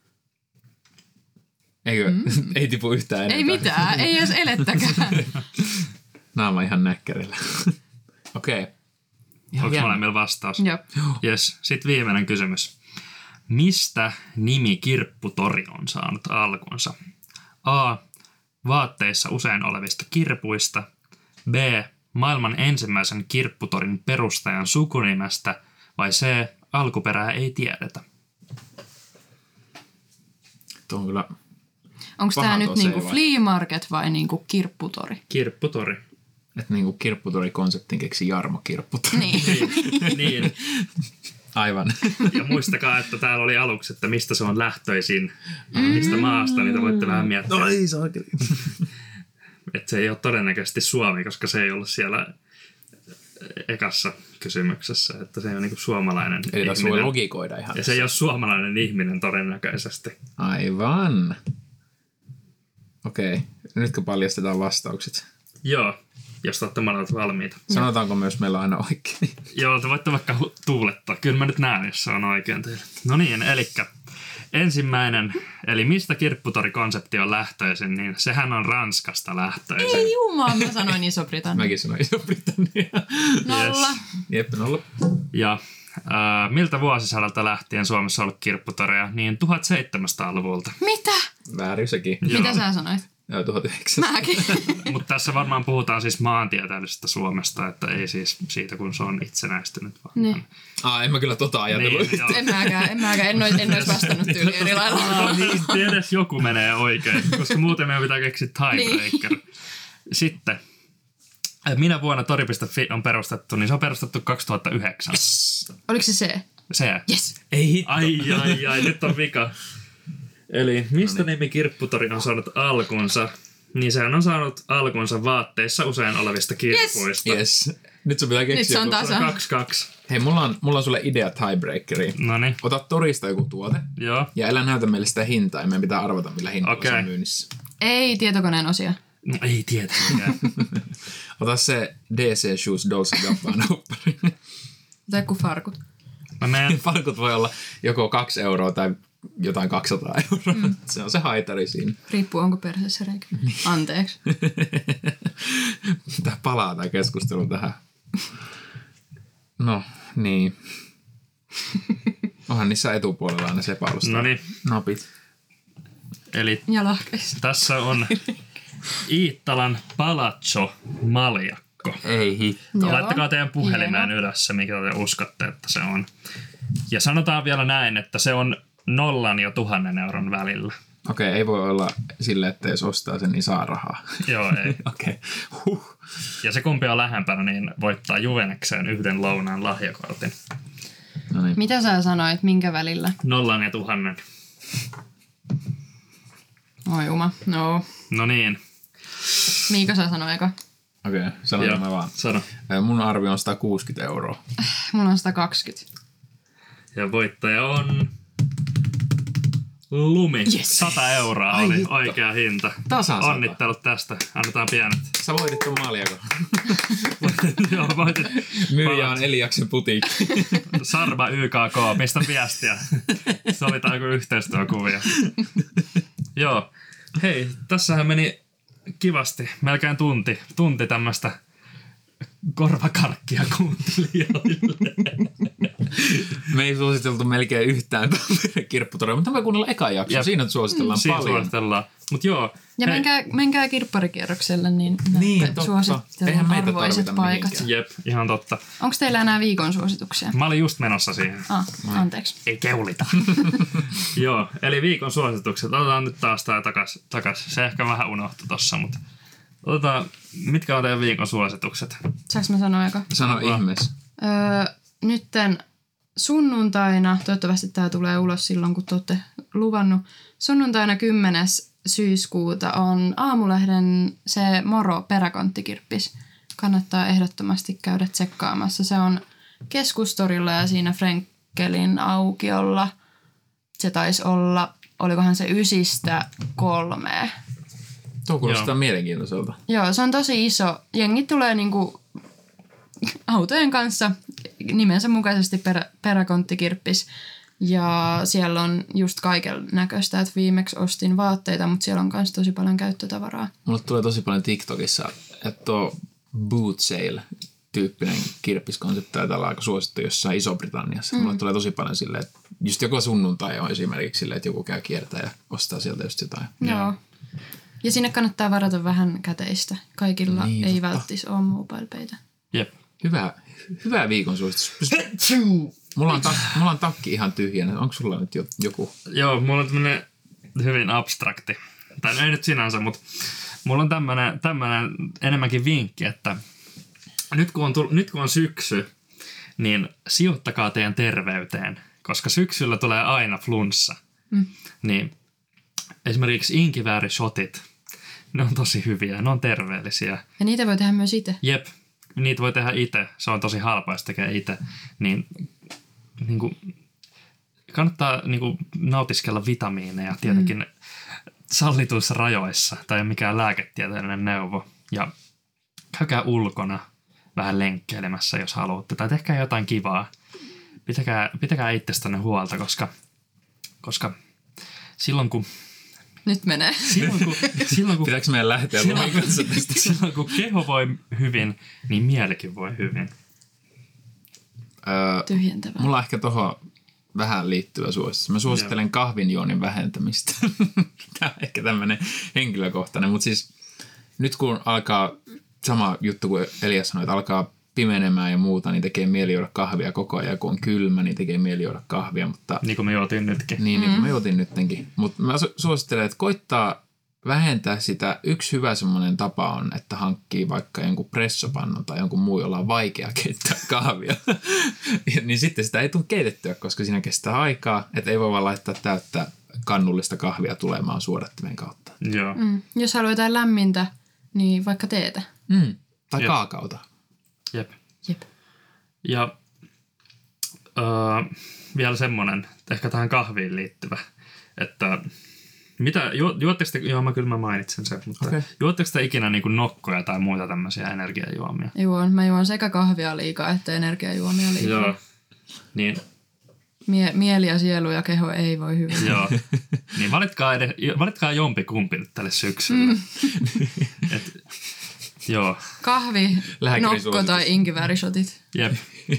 Eikö? Mm. Ei tipu yhtään enempää.
Ei mitään, ei edes elettäkään.
Naama ihan näkkärillä. Okei. Okay.
Onko molemmilla vastaus?
Joo.
Yes. Sitten viimeinen kysymys. Mistä nimi kirpputori on saanut alkunsa? A. Vaatteissa usein olevista kirpuista. B. Maailman ensimmäisen kirpputorin perustajan sukunimestä. Vai C. Alkuperää ei tiedetä.
Tuo on kyllä
Onko tämä
Paha
nyt
toseen
niinku
vai?
flea market vai niinku kirpputori?
Kirpputori.
Että niinku kirpputori-konseptin keksi Jarmo Kirpputori.
Niin.
Niin.
Aivan.
Ja muistakaa, että täällä oli aluksi, että mistä se on lähtöisin, mistä maasta, niitä voitte vähän miettiä.
No ei saakeli.
Että se ei ole todennäköisesti Suomi, koska se ei ollut siellä ekassa kysymyksessä, että se on niinku suomalainen
Eli tässä voi
ihminen.
logikoida ihan.
Ja se ei ole suomalainen ihminen todennäköisesti.
Aivan. Okei. Okay. Nytkö paljastetaan vastaukset?
Joo, jos te olette molemmat valmiita.
Sanotaanko myös meillä aina oikein?
Joo, te voitte vaikka hu- tuulettaa. Kyllä mä nyt näen, jos se on oikein teille. No niin, elikkä ensimmäinen, eli mistä kirpputorikonsepti on lähtöisin, niin sehän on Ranskasta lähtöisin.
Ei jumaa, mä sanoin Iso-Britannia.
Mäkin sanoin Iso-Britannia.
Nolla.
Yes.
Jep, nolla.
Ja äh, miltä vuosisadalta lähtien Suomessa on ollut kirpputoreja? Niin tuhatseitsemänsataaluvulta.
Mitä?
Väärin sekin.
Mitä sä sanoit?
Joo, tuhatyhdeksänsataa.
Mäkin.
Mutta tässä varmaan puhutaan siis maantieteellisestä Suomesta, että ei siis siitä, kun se on itsenäistynyt. Vaan
Niin.
Aa, en mä kyllä tota ajatellut.
Niin, joo.
En mäkään, en mäkään. En ois, en ois vastannut tyyli eri lailla.
Aa, niin, edes joku menee oikein, koska muuten meidän pitää keksiä tiebreaker. Sitten, äh, minä vuonna tori piste fi on perustettu, niin se on perustettu kaksituhattayhdeksän.
Oliko se se?
Se.
Yes.
Ei hitto.
Ai, ai, ai, nyt on vika. Eli mistä nimi kirpputori on saanut alkunsa? Niin sehän on saanut alkunsa vaatteissa usein olevista kirpuista.
Yes. Nyt sun pitää keksiä.
Nyt se on
joku-
taas-
Se on kaksi kaksi.
Hei, mulla on, mulla on sulle idea tiebreakeriin.
Noniin,
Ota torista joku tuote
joo.
ja älä näytä meille sitä hintaa. Ja meidän pitää arvata, millä hinnalla
Okei.
se on myynnissä.
Ei tietokoneen osia.
No ei tietenkään.
Ota se D C Shoes Dolce Gabbana huppari.
Tai joku farkut.
Mä menen,
Farkut voi olla joko kaksi euroa tai jotain kaksisataa euroa. Mm. Se on se haitari siinä.
Riippuu onko perseessä reikä. Anteeksi.
Tää palaa tää keskustelu tähän. No, niin. Onhan niissä etupuolella aina sepailusta.
noniin,
Napit.
eli
Ja lahkeissa.
tässä on Iittalan Palazzo Maljakko.
Ei hitto.
Joo.
Laittakaa teidän puhelimeen
Hieno.
ylös se, mikä te uskotte, että se on. Ja sanotaan vielä näin, että se on nollan ja tuhannen euron välillä.
Okei, okay, ei voi olla silleen, että jos ostaa sen, niin saa rahaa.
Joo, ei.
Okei. Okay. Huh.
Ja se kumpi on lähempänä, niin voittaa Juvenekseen yhden lounaan lahjakortin.
No niin.
Mitä sä sanoit, minkä välillä?
Nollan ja tuhannen.
Oi juma. No.
No niin.
Miika sä sanoi eka.
Okei, okay, sanon mä vaan.
Sano.
Ö, Mun arvio on sata kuusikymmentä euroa.
Mulla on sata kaksikymmentä.
Ja voittaja on... Lumi.
Yes.
sata euroa
Ai
oli
hitto.
oikea hinta.
Tasan sata.
Onnittelut tästä. Annetaan pienet.
Sä voitit ton maaljako.
Joo, voitit.
Myyjä on Eliaksen putiikki.
Sarva Y K K, pistä viestiä. Sovitaan joku yhteistyökuvia. Joo. Hei, tässähän meni kivasti. Melkein tunti. Tunti tämmöistä korvakarkkia kuuntelijoille.
Me ei suositeltu melkein yhtään Tampereen kirpputoria, mutta me kuunnella eka jakso.
Jep.
Siinä suositellaan
Siinä
paljon.
suositellaan. Mut joo.
Ja
hei,
menkää, menkää kirpparikierrokselle, niin,
Niin,
näette
totta.
suosittelun
Eihän meitä
arvoiset
tarvita
paikat.
mihinkään.
Jep, ihan totta.
Onko teillä enää viikon suosituksia?
Mä olin just menossa siihen.
Ah, anteeksi.
Ei keulita. Joo, eli viikon suositukset. Otetaan nyt taas tää takas, takas. Se ehkä vähän unohtui tossa, mutta otetaan, mitkä on teidän viikon suositukset?
Saanko mä sanoa eka?
Sano
Vaan.
ihmeessä.
Öö, nytten sunnuntaina, toivottavasti tämä tulee ulos silloin, kun te olette luvannut. Sunnuntaina kymmenes syyskuuta on Aamulehden se Moro peräkonttikirppis. Kannattaa ehdottomasti käydä tsekkaamassa. Se on Keskustorilla ja siinä Frenkelin aukiolla. Se taisi olla, olikohan se ysistä kolmea.
Tuo kuulostaa
Joo.
mielenkiintoiselta.
Joo, se on tosi iso. Jengi tulee niinku autojen kanssa nimensä mukaisesti perä, peräkonttikirppis. Ja siellä on just kaiken näköistä, että viimeksi ostin vaatteita, mutta siellä on myös tosi paljon käyttötavaraa.
Mulle tulee tosi paljon TikTokissa, että tuo boot sale tyyppinen kirppiskonsepti taitaa olla aika suosittu jossain Iso-Britanniassa. Mm. Mulle tulee tosi paljon silleen, että just joku sunnuntai on esimerkiksi silleen, että joku käy kiertää ja ostaa sieltä just jotain.
Joo. Ja sinne kannattaa varata vähän käteistä. Kaikilla
Niin,
ei
totta.
välttis ole mobile-peitä.
Jep.
Hyvä, hyvä viikon suositus. Mulla on, tak, mulla on takki ihan tyhjänä. Onko sulla nyt jo, joku?
Joo, mulla on tämmönen hyvin abstrakti Tai ei nyt sinänsä, mutta mulla on tämmönen, tämmönen enemmänkin vinkki, että nyt kun, on tull, nyt kun on syksy, niin sijoittakaa teidän terveyteen, koska syksyllä tulee aina flunssa. Mm. Niin esimerkiksi inkiväärishotit, ne on tosi hyviä, ne on terveellisiä.
Ja niitä voi tehdä myös itse.
Jep, niitä voi tehdä itse, se on tosi halpaa, jos tekee itse. Niin, niin kuin, kannattaa niin kuin, nautiskella vitamiineja tietenkin mm. sallituissa rajoissa, tai mikään lääketieteellinen neuvo. Ja käykää ulkona vähän lenkkeilemässä, jos haluatte, tai tehkää jotain kivaa. Pitäkää, pitäkää itsestänne huolta, koska, koska silloin kun...
Nyt menee.
Silloin kun, silloin kun,
Pitääkö meidän lähteä
silloin, silloin kun keho voi hyvin, niin mielikin voi hyvin.
Öö,
Tyhjentävää.
Mulla on ehkä tohon vähän liittyvä suositus. Mä suosittelen kahvinjuonnin vähentämistä. Tämä on ehkä tämmöinen henkilökohtainen, mutta siis nyt kun alkaa, sama juttu kuin Elias sanoi, että alkaa pimenemään ja muuta, niin tekee mieli juoda kahvia koko ajan. Kun on kylmä, niin tekee mieli juoda kahvia. Mutta,
niin kuin me juotiin nytkin.
Niin, mm. niin kuin me juotiin nyttenkin. Mutta mä su- suosittelen, että koittaa vähentää sitä. Yksi hyvä semmoinen tapa on, että hankkii vaikka jonkun pressopannun tai jonkun muu, jolla on vaikea keittää kahvia. Niin sitten sitä ei tule keitettyä, koska siinä kestää aikaa. Että ei voi vaan laittaa täyttä kannullista kahvia tulemaan suodattimen kautta.
Joo.
Mm. Jos haluaa jotain lämmintä, niin vaikka teetä.
Mm. Tai
Jep.
kaakaota.
Jep.
Jep.
Ja öö, vielä semmoinen, ehkä tähän kahviin liittyvä, että mitä, ju, juotteko te, joo mä kyllä mä mainitsen sen, mutta okay. Juotteko te ikinä niin kuin nokkoja tai muita tämmöisiä energiajuomia?
Juon, mä juon sekä kahvia liikaa että energiajuomia liikaa.
Joo, niin...
Mie- mieli ja sielu ja keho ei voi hyvin.
Joo, niin valitkaa, edes, valitkaa jompikumpi nyt tälle syksyllä. Mm. Et, joo.
Kahvi, nokko tai inkiväärishotit.
Jep.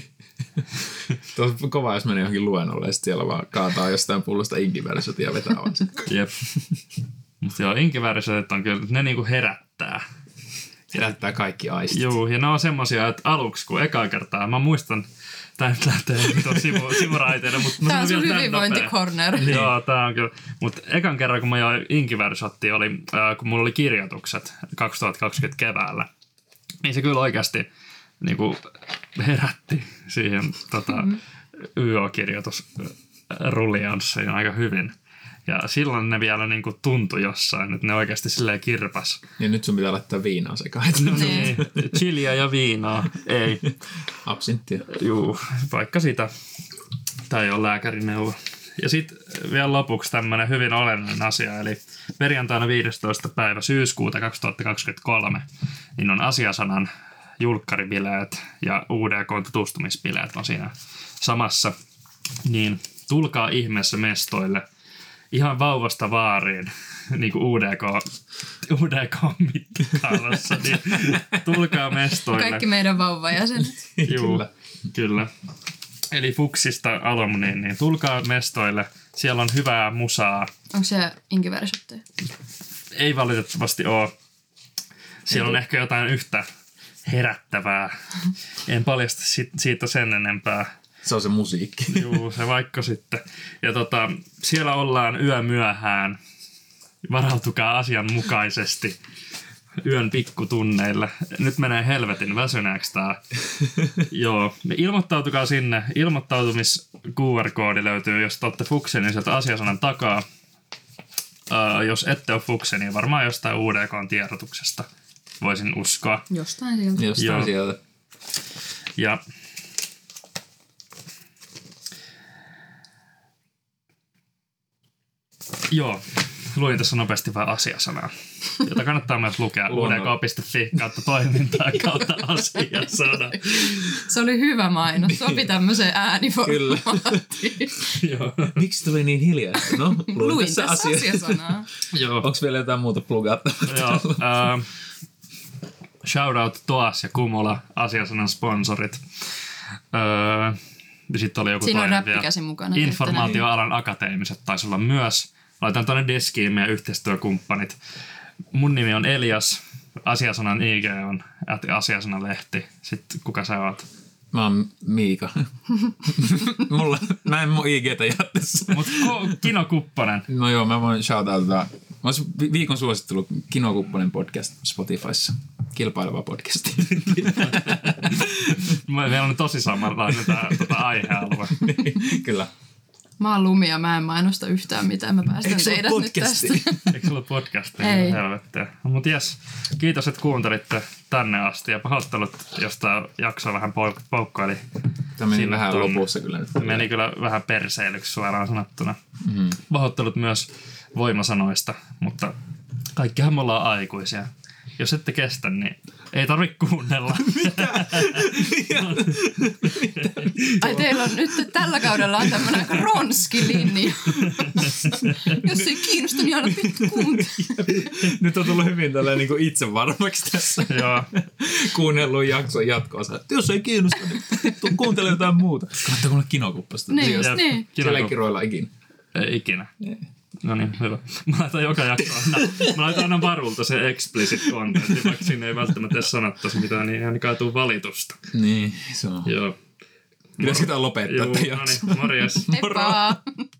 Tuo on kova, jos menee johonkin luennolle ja sitten siellä vaan kaataa jostain pullosta inkiväärishotia ja vetää vaan sen.
Jep. Mutta joo, inkiväärishotit on kyllä, ne niinku herättää.
Herättää kaikki aistit.
Joo, ja ne on semmosia, että aluksi kun ekaa kertaa, mä muistan, tää nyt lähtee tuon sivu, sivuraiteille, mutta...
Tää on sun hyvinvointikorner.
Joo, tää on kyllä. Mutta ekan kerran, kun mä join inkiväärishotia, oli, äh, kun mulla oli kirjoitukset kaksituhattakaksikymmentä keväällä, niin se kyllä oikeasti niinku herätti siihen tota, mm-hmm. Y O-kirjoitusrullianssiin aika hyvin. Ja silloin ne vielä niinku tuntui jossain, että ne oikeasti silleen kirpas.
Ja nyt sun pitää laittaa viinaa sekaan.
No niin, chiliä ja viinaa. Ei.
Absinttia.
Juu, vaikka sitä. Tämä ei ole lääkärineuvo. Ja sitten vielä lopuksi tämmöinen hyvin olennainen asia, eli perjantaina viidestoista päivä syyskuuta kaksituhattakaksikymmentäkolme, niin on Asiasanan julkkaribileet ja U D K:n tutustumisbileet on siinä samassa. Niin tulkaa ihmeessä mestoille. Ihan vauvasta vaariin, niin kuin U D K, U D K-mittakaavassa, niin tulkaa mestoille.
Kaikki meidän vauvajäsenet.
Juu, kyllä. kyllä. Eli Fuksista alumniin, niin tulkaa mestoille. Siellä on hyvää musaa.
Onko se inkiväärisotteja?
Ei valitettavasti ole. Siellä on ehkä jotain yhtä herättävää. En paljasta siitä sen enempää.
Se on se musiikki.
Juu, se vaikka sitten. Ja tota, siellä ollaan yö myöhään. Varautukaa asianmukaisesti yön pikkutunneille. Nyt menee helvetin väsyneeksi tää. Joo, ilmoittautukaa sinne. Ilmoittautumis Q R-koodi löytyy, jos te olette Fuksen, niin sieltä Asiasanan takaa. Uh, jos ette ole Fuksen, niin varmaan jostain U D K:n tiedotuksesta voisin uskoa.
Jostain sieltä.
Jostain Joo. sieltä.
Ja Joo, luin tässä nopeasti vain Asiasanaa, jota kannattaa myös lukea u d k piste f i kautta toimintaa kautta Asiasana.
Se oli hyvä mainos, sopi tämmöiseen ääniformaattiin.
Miksi tuli niin hiljaista? No, luin,
luin
tässä,
tässä
asia-
Asiasanaa.
Onko vielä jotain muuta plugattavaa?
Joo, uh, shout out Toas ja Kumola, Asiasanan sponsorit. Uh, Sitten oli joku
Siinä on
toinen
räppikäsi
vielä.
mukana.
Informaatioalan akateemiset taisi olla myös. Laitan tuonne deskiin meidän yhteistyökumppanit. Mun nimi on Elias. Asiasanan I G on Asiasanan-lehti. Sitten kuka sä oot?
Mä oon Miika. Mulla, mä en mun I G:tä jättässä.
Mut Kino Kupponen.
No joo, mä voin shoutoutata Olisi viikon suosittelu Kino Kupponen podcast Spotifyssa. Kilpaileva podcast.
Meillä on tosi samanlainen tämä tota aihealue.
Kyllä.
Mä oon Lumi ja mä en mainosta yhtään mitään. Mä päästän
Eikö
teidät nyt tästä.
Eikö sulla podcasti?
Ei.
Helvettiä. Mutta jes, kiitos, että kuuntelitte tänne asti ja pahoittelut, jos tämä jakso vähän pouk- poukkoili.
Tämä meni
Sinne
vähän
tuonne.
lopussa kyllä nyt.
Meni kyllä vähän perseilyksi suoraan sanottuna.
Mm.
Pahoittelut myös voimasanoista, mutta kaikkihan me ollaan aikuisia. Jos ette kestä, niin ei tarvitse kuunnella.
Ai teillä on nyt tällä kaudella on tämmönen aika ronski linja. Jos ei kiinnosta, niin aina pitää kuuntella.
Nyt on tullut hyvin tällainen niin kuin itsevarmaksi tässä.
Joo.
Kuunnellut jakson jatko-osa. Jos ei kiinnosta, niin kuuntele jotain muuta. Kannattaa kuunnella Kinokuppasta.
Niin,
Jep.
niin.
Siellä ei kiroilla ikinä.
Ei ikinä. No niin, hyvä. Mä laitan joka jakso aina, mä laitan aina varulta se explicit content, vaikka siinä ei välttämättä edes sanottaisi mitään, niin ei ainakaan tuu valitusta.
Niin, se on.
Joo.
Pitäisikö tämä lopettaa
Joo,
tämän
no
jakson?
niin, morjes.
Heippa!